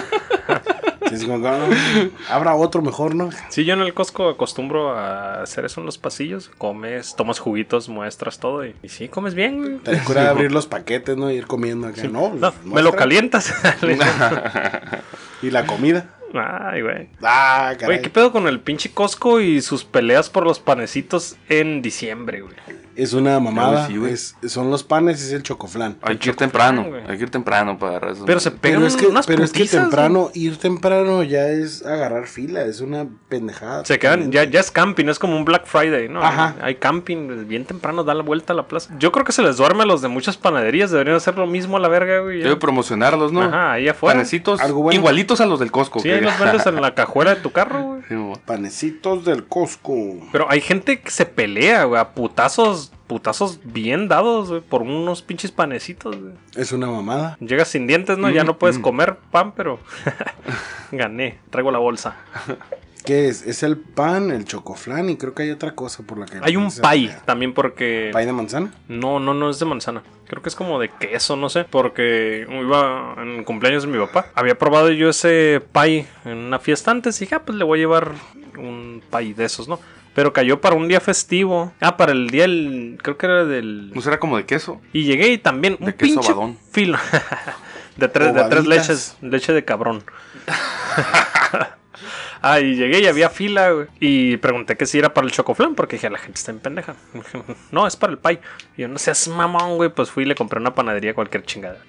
Sí, es como, no, habrá otro mejor, ¿no? Sí, yo en el Costco acostumbro a hacer eso en los pasillos. Comes, tomas juguitos, muestras todo y, y sí, comes bien, güey. Te cura de abrir los paquetes, ¿no? Y ir comiendo acá. No, No, pues, me lo muestra. calientas. Y la comida. Ay, güey. Ah, caray. Güey, ¿qué pedo con el pinche Costco y sus peleas por los panecitos en diciembre, güey? Es una mamada. Ay, sí, güey. es, son los panes y es el chocoflán. Hay que ir chocoflan, temprano, güey. hay que ir temprano para agarrar esos. Pero se pegan Pero es que, unas pero es que putizas, temprano, güey. ir temprano ya es agarrar fila, es una pendejada. Se quedan, ya, ya es camping, es como un Black Friday, ¿no? Ajá. Hay camping, bien temprano da la vuelta a la plaza. Yo creo que se les duerme a los de muchas panaderías, deberían hacer lo mismo a la verga, güey. ya. Debe promocionarlos, ¿no? Ajá, ahí afuera. Panecitos Algo bueno. igualitos a los del Costco. Sí, que- ahí los vendes en la cajuela de tu carro, güey. Sí, güey. Panecitos del Costco. Pero hay gente que se pelea, güey, a putazos, putazos bien dados, güey, por unos pinches panecitos, güey. Es una mamada. Llegas sin dientes, ¿no? Ya no puedes comer pan, pero gané, traigo la bolsa. ¿Qué es? Es el pan, el chocoflán y creo que hay otra cosa por la que... Hay un se pie pelea. también porque... ¿Pie de manzana? No, no, no es de manzana. Creo que es como de queso, no sé. Porque iba en cumpleaños de mi papá. Había probado yo ese pie en una fiesta antes y dije, ah, pues le voy a llevar un pie de esos, ¿no? Pero cayó para un día festivo. Ah, para el día, el, creo que era del... ¿No será como de queso? Y llegué y también un De queso pinche badón. filo. de, tres, de tres Ovaditas. leches. Leche de cabrón. Ah, y llegué y había fila, güey. Y pregunté que si era para el chocoflán, porque dije, la gente está en pendeja. No, es para el pie. Y yo, no seas mamón, güey. Pues fui y le compré una panadería cualquier chingada.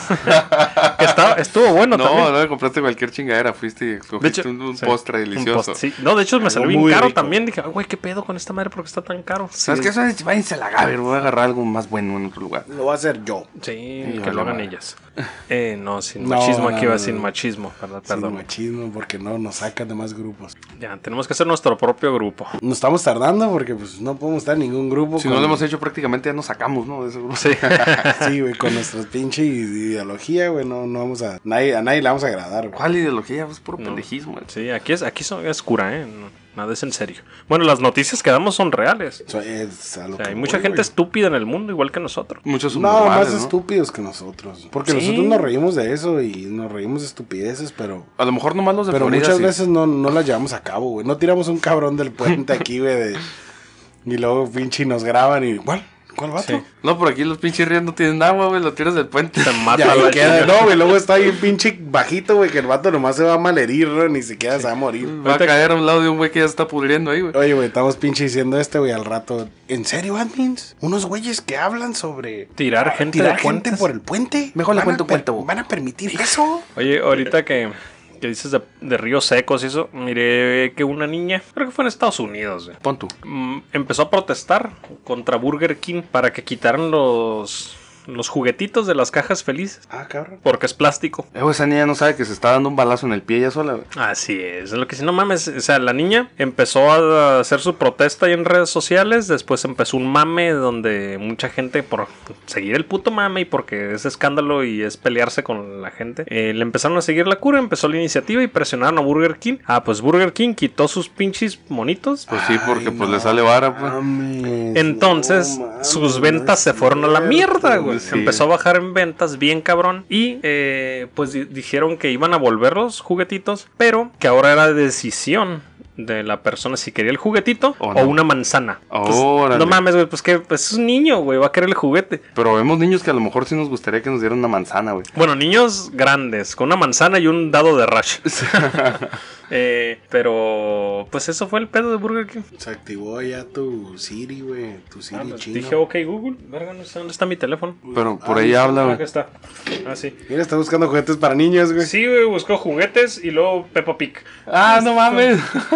que estaba, estuvo bueno no, también. No, no le compraste cualquier chingadera. Fuiste y cogiste hecho, un, un sí, postre un delicioso. post- sí. No, de hecho me Algo salió bien muy caro rico. también. Dije, güey, ¿qué pedo con esta madre? ¿Por qué está tan caro? ¿Sabes qué? Eso es, váyanse a la Gaber. Voy a agarrar algo más bueno en otro lugar. Lo voy a hacer yo. Sí, Sí, que vale, lo hagan madre. ellas. Eh, no, sin No, machismo. no, Aquí va no, sin no. machismo. Perdón, Sin perdón. machismo, porque no nos sacan de más grupos. Ya, tenemos que hacer nuestro propio grupo. Nos estamos tardando porque pues no podemos estar en ningún grupo. Si con- no lo hemos hecho prácticamente ya nos sacamos, ¿no? De ese grupo. Sí. Sí, güey, con nuestra pinche ideología, güey, no, no vamos a... Nadie, a nadie le vamos a agradar, güey. ¿Cuál ideología? Es puro No. pendejismo. güey. Sí, aquí es, aquí son, es cura, ¿eh? No, nada es en serio. Bueno, las noticias que damos son reales. Eso es a lo O sea, que hay mucha voy, gente güey. estúpida en el mundo, igual que nosotros. Muchos No, subnormales, más ¿no? estúpidos que nosotros. Porque Sí. nosotros nos reímos de eso y nos reímos de estupideces, pero... A lo mejor nomás los de Pero Florida, muchas sí. veces no, no las llevamos a cabo, güey. No tiramos un cabrón del puente aquí, güey, de... Y luego pinche nos graban y... ¿Cuál? ¿Cuál vato? Sí. No, por aquí los pinches ríos no tienen agua, güey. Lo tiras del puente. Te mata Ya, la y queda, chingada. no, güey, luego está bien pinche bajito, güey, que el vato nomás se va a malherir, ¿no? Ni siquiera se va a morir. Va a caer a un lado de un güey que ya está pudriendo ahí, güey. Oye, güey, estamos pinche diciendo este, güey, al rato. ¿En serio, admins? Unos güeyes que hablan sobre... Tirar gente ¿Tirar de gente puentes. por el puente? Mejor le ¿Van cuento a un per- cuento, güey. ¿Van a permitir eso? Oye, ahorita que, que dices de, de ríos secos y eso, miré que una niña, creo que fue en Estados Unidos, güey, Pon tú. mm, empezó a protestar contra Burger King para que quitaran los, los juguetitos de las cajas felices. Ah, cabrón. Porque es plástico. Eh, güey, esa niña no sabe que se está dando un balazo en el pie ella sola, güey. Así es, es lo que si no mames, o sea, la niña empezó a hacer su protesta ahí en redes sociales, después empezó un mame donde mucha gente por seguir el puto mame y porque es escándalo y es pelearse con la gente, eh, le empezaron a seguir la cura, empezó la iniciativa y presionaron a Burger King. Ah, pues Burger King quitó sus pinches monitos. Pues sí, porque Ay, pues no le sale vara, pues. mames, Entonces, no mames, sus no ventas es se fueron a la cierto, mierda, güey. sí. Empezó a bajar en ventas bien cabrón. Y eh, pues di- dijeron que iban a volver los juguetitos, pero que ahora era decisión de la persona si quería el juguetito O o, no. una manzana. Pues, Órale. no mames, güey, pues que pues, es un niño, güey, va a querer el juguete. Pero vemos niños que a lo mejor sí nos gustaría que nos dieran una manzana, güey. Bueno, niños grandes, con una manzana y un dado de Rush. Eh, pero pues eso fue el pedo de Burger King. Se activó ya tu Siri, güey. Tu Siri Ah, pues, chino. dije, ok, Google, verga, no sé dónde está mi teléfono. Pero por Ay, ahí sí, habla, Ah, güey. acá está. Ah, sí. Mira, está buscando juguetes para niños, güey. Sí, güey, buscó juguetes y luego Peppa Pig. Ah, no mames.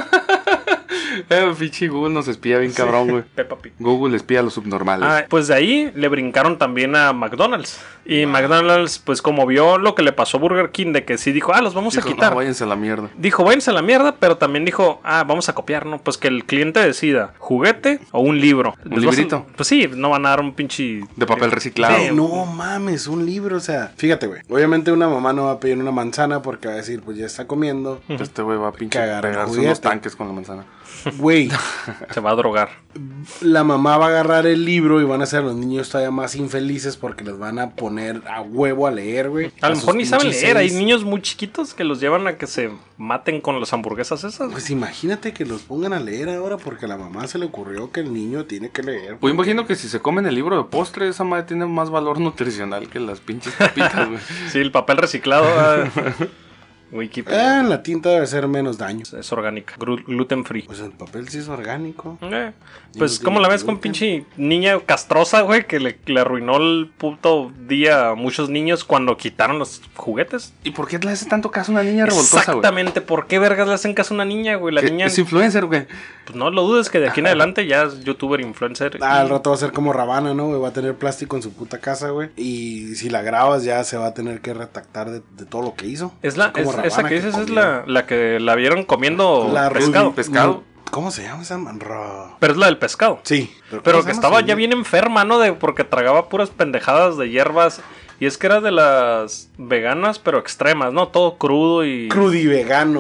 Eh, pinche Google nos espía bien cabrón, güey. Peppa Pig. Google espía a los subnormales. Ah, pues de ahí le brincaron también a McDonald's. Y McDonald's, pues como vio lo que le pasó a Burger King, de que sí dijo, ah, los vamos Dijo, a quitar. no, váyanse a la mierda. Dijo, váyanse a la mierda, pero también dijo, ah, vamos a copiar, ¿no? Pues que el cliente decida, juguete o un libro. ¿Un Les vas a- librito? Pues sí, no van a dar un pinche... De papel reciclado. Sí, No mames, un libro, o sea, fíjate, güey. Obviamente una mamá no va a pedir una manzana porque va a decir, pues ya está comiendo. Este güey va a pinche Cagar el pegarse juguete. unos tanques con la manzana. Güey, Se va a drogar. la mamá va a agarrar el libro y van a ser los niños todavía más infelices porque les van a poner a huevo a leer, güey. A lo sus mejor ni saben pinches leer. Hay seis. niños muy chiquitos que los llevan a que se maten con las hamburguesas esas. Pues imagínate que los pongan a leer ahora porque a la mamá se le ocurrió que el niño tiene que leer. Pues imagino que si se comen el libro de postre, esa madre tiene más valor nutricional que las pinches papitas, güey. Sí, el papel reciclado. ah, Wikipedia. Ah, la tinta debe hacer menos daño. Es orgánica, glu- gluten free. Pues el papel sí es orgánico. Eh, Y pues, no ¿cómo tiene la ves con gluten. pinche niña castrosa, güey? Que le, le arruinó el puto día a muchos niños cuando quitaron los juguetes. ¿Y por qué le hace tanto caso a una niña revoltosa, güey? Exactamente, ¿por qué vergas le hacen caso a una niña, güey? La Que niña, es influencer, güey. pues no lo dudes que de aquí en adelante ya es youtuber, influencer. Ah, al y- rato va a ser como Ravana, ¿no? güey? Va a tener plástico en su puta casa, güey. Y si la grabas ya se va a tener que retractar de, de todo lo que hizo. Es la, Así como es- Ravana esa que dices es comió. la, la que la vieron comiendo La pescado. Ruby- pescado. ¿Cómo se llama esa man? Ro- Pero es la del pescado. Sí. Pero ¿cómo que se llama estaba su- ya bien enferma, ¿no? De, porque tragaba puras pendejadas de hierbas. Y es que era de las veganas, pero extremas, ¿no? Todo crudo y... Crudivegano.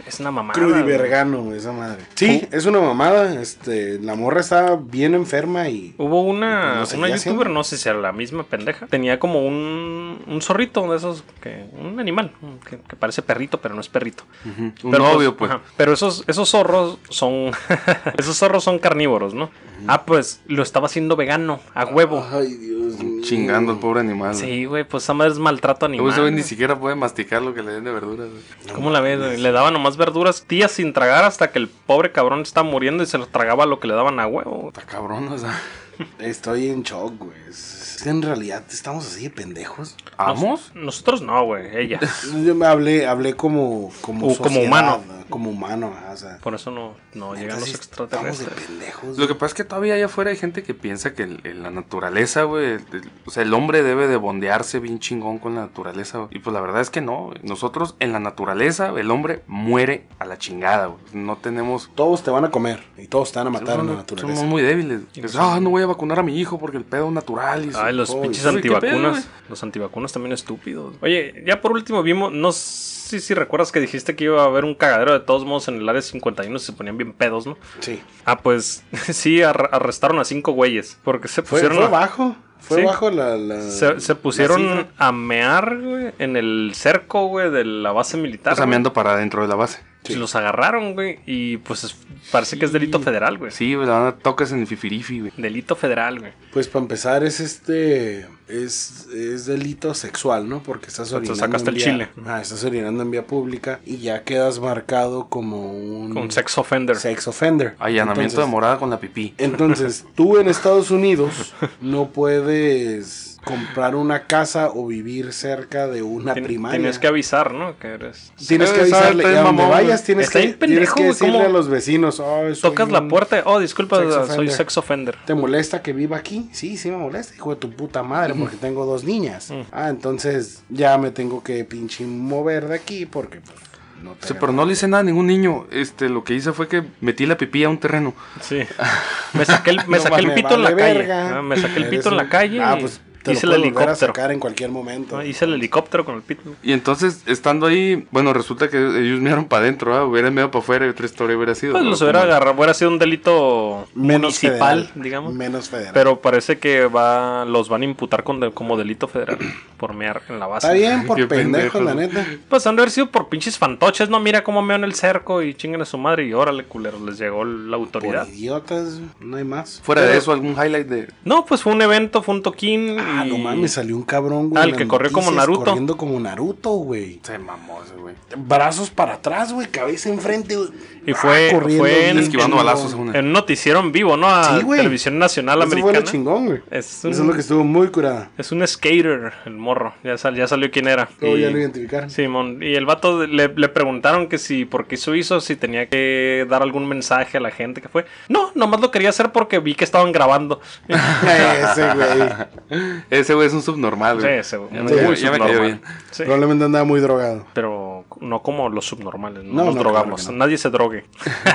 Es una mamada. Crudivergano, esa madre. Sí, uh. es una mamada. Este, la morra está bien enferma y... Hubo una, no sé, una youtuber, haciendo. no sé si era la misma pendeja. Tenía como un, un zorrito de esos, que un animal, que, que parece perrito, pero no es perrito. Uh-huh. Un pero novio, pues. pues. Ajá, pero esos, esos zorros son... esos zorros son carnívoros, ¿no? Uh-huh. Ah, pues lo estaba haciendo vegano, a huevo. Ay, Dios mío. Chingando al pobre animal. Sí, güey, pues esa madre es maltrato animal. Ese güey ni siquiera puede masticar lo que le den de verduras, güey. ¿Cómo la ves, güey? Le daban nomás verduras, tías sin tragar hasta que el pobre cabrón estaba muriendo y se los tragaba lo que le daban a huevo. Está cabrón, o sea. Estoy en shock, güey. Es que en realidad estamos así de pendejos. ¿Vamos? Nos, nosotros no, güey, ella. Yo me hablé, hablé como como, uh, como humano. Como humano, o sea. Por eso no, no llegan los extraterrestres. Estamos de pendejos. Lo que pasa es que todavía allá afuera hay gente que piensa que en, en la naturaleza, güey, o sea, el hombre debe de bondearse bien chingón con la naturaleza, güey. Y pues la verdad es que no, güey. Nosotros en la naturaleza, el hombre muere a la chingada, güey. No tenemos... Todos te van a comer y todos te van a matar en la naturaleza. Somos muy débiles. Es, ah, no voy a vacunar a mi hijo porque el pedo natural. Y Ay, los oh, pinches uy, antivacunas. Pedo, los antivacunas también estúpidos. Oye, ya por último vimos, no sé si recuerdas que dijiste que iba a haber un cagadero de todos modos en el área cincuenta y uno, se ponían bien pedos, ¿no? Sí. Ah, pues sí, ar- arrestaron a cinco güeyes porque se pusieron... Fue, fue a... bajo. Fue ¿Sí? bajo la... la se, se pusieron la a mear, güey, en el cerco, güey, de la base militar. O sea, meando para dentro de la base. Sí. Los agarraron, güey, y pues es, parece que es delito federal, güey. Sí, güey, la van a tocas en el fifirifi, güey. Delito federal, güey. Pues para empezar es este... Es, es delito sexual, ¿no? Porque estás Entonces orinando sacaste en el vía, chile. Ah, estás orinando en vía pública y ya quedas marcado como un... Un sex offender. Sex offender. Allanamiento Entonces, de morada con la pipí. Entonces, tú en Estados Unidos no puedes comprar una casa o vivir cerca de una Tien, primaria. Tienes que avisar, ¿no? Que eres... Tienes que avisarle. Y a donde vayas tienes Está que, bien pendejo, tienes que güey, decirle ¿cómo? a los vecinos. Oh, Tocas la puerta. Oh, disculpa, sex soy offender. sex offender. ¿Te molesta que viva aquí? Sí, sí me molesta, hijo de tu puta madre, porque tengo dos niñas. Mm. Ah, entonces ya me tengo que pinche mover de aquí porque pues, no te... Sí, pero no le hice nada a ningún niño. Este, lo que hice fue que metí la pipí a un terreno. Sí. Me saqué el, me No, saqué el me pito vale en la calle. verga. Ah, me saqué el Eres pito en un- la calle. Ah, y pues te hice lo el puedo volver a helicóptero. sacar en cualquier momento. Ah, hice el helicóptero con el pito. Y entonces, estando ahí, bueno, resulta que ellos miraron para adentro, ¿eh? Hubieran mirado para afuera y otra historia hubiera sido. Pues ¿no? los hubiera Como- agarrado, hubiera sido un delito Menos municipal, federal, digamos. Menos federal. Pero parece que va, los van a imputar con de- como delito federal por mear en la base. Está bien por Qué pendejo, pendejos. la neta. Pues han de haber sido por pinches fantoches, ¿no? Mira cómo mean el cerco y chingan a su madre y órale, culeros, les llegó la autoridad. Por idiotas, no hay más. Fuera Pero- de eso, algún highlight de... No, pues fue un evento, fue un toquín. Ah, y... no mames, salió un cabrón, güey. Ah, en el las que corrió como noticias, Naruto. Corriendo como Naruto, güey. Se mamó ese, güey. Brazos para atrás, güey, cabeza enfrente, güey. Y fue- Ah, corriendo fue en- bien Esquivando chingón. balazos a una. En un noticiero en vivo, ¿no? A Sí, güey. Televisión Nacional Eso fue Americana. lo chingón, güey. Es un- Eso es lo que estuvo muy curada. Es un skater, el morro. Ya, sal- ya salió quién era. Luego Y- ya lo identificaron. Simón. Y el vato de- le, le preguntaron que si, por qué eso hizo, si tenía que dar algún mensaje a la gente que fue. No, nomás lo quería hacer porque vi que estaban grabando. Ese, güey. Ese güey es un subnormal, Sí, güey. ese güey. Ya Muy me, ya me cayó subnormal. bien. Sí. Probablemente andaba muy drogado. Pero no como los subnormales, no, No, nos no, drogamos. claro que no. Nadie se drogue.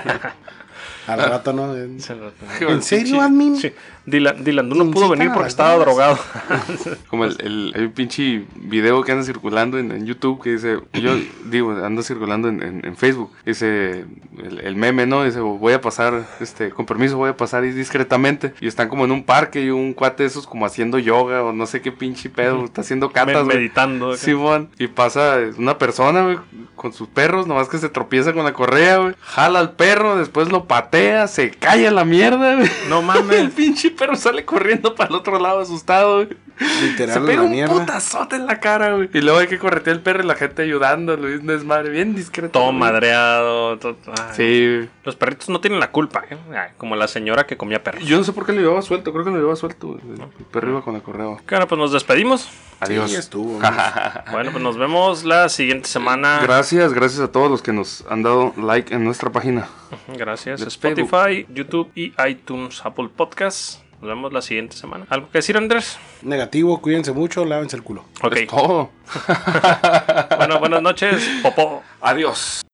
Al rato, ¿no? En Se lo- ¿En serio, admin? Sí. Dylan, Dylan, tú no Incitan pudo venir a porque las estaba drogas. drogado. Como el, el, el pinche video que anda circulando en, en YouTube que dice, yo digo, anda circulando en, en, en Facebook, dice el, el meme, ¿no? Dice, voy a pasar, este, con permiso voy a pasar ahí discretamente. Y están como en un parque y un cuate de esos como haciendo yoga o no sé qué pinche pedo, está haciendo catas, Me- güey. meditando. Simón, y pasa una persona, güey, con sus perros, nomás que se tropieza con la correa, güey. Jala al perro, después lo patea, se cae a la mierda, güey. No mames. El pinche perro sale corriendo para el otro lado asustado, güey. Literal, Se pega la un mierda. putazote en la cara, güey. Y luego hay que corretear el perro y la gente ayudándolo. Y un desmadre bien discreto. Todo güey. madreado. todo- ay. Sí, güey. Los perritos no tienen la culpa, ¿eh? Ay, como la señora que comía perros. Yo no sé por qué lo llevaba suelto. Creo que lo llevaba suelto, güey. El perro iba con la correa. Bueno, pues nos despedimos. Adiós. Sí, ya estuvo. Bueno, pues nos vemos la siguiente semana. Gracias, gracias a todos los que nos han dado like en nuestra página. Gracias. De Spotify, YouTube y iTunes, Apple Podcasts. Nos vemos la siguiente semana. ¿Algo que decir, Andrés? Negativo, cuídense mucho, lávense el culo. Ok. Es todo. Bueno, buenas noches. Popó. Adiós.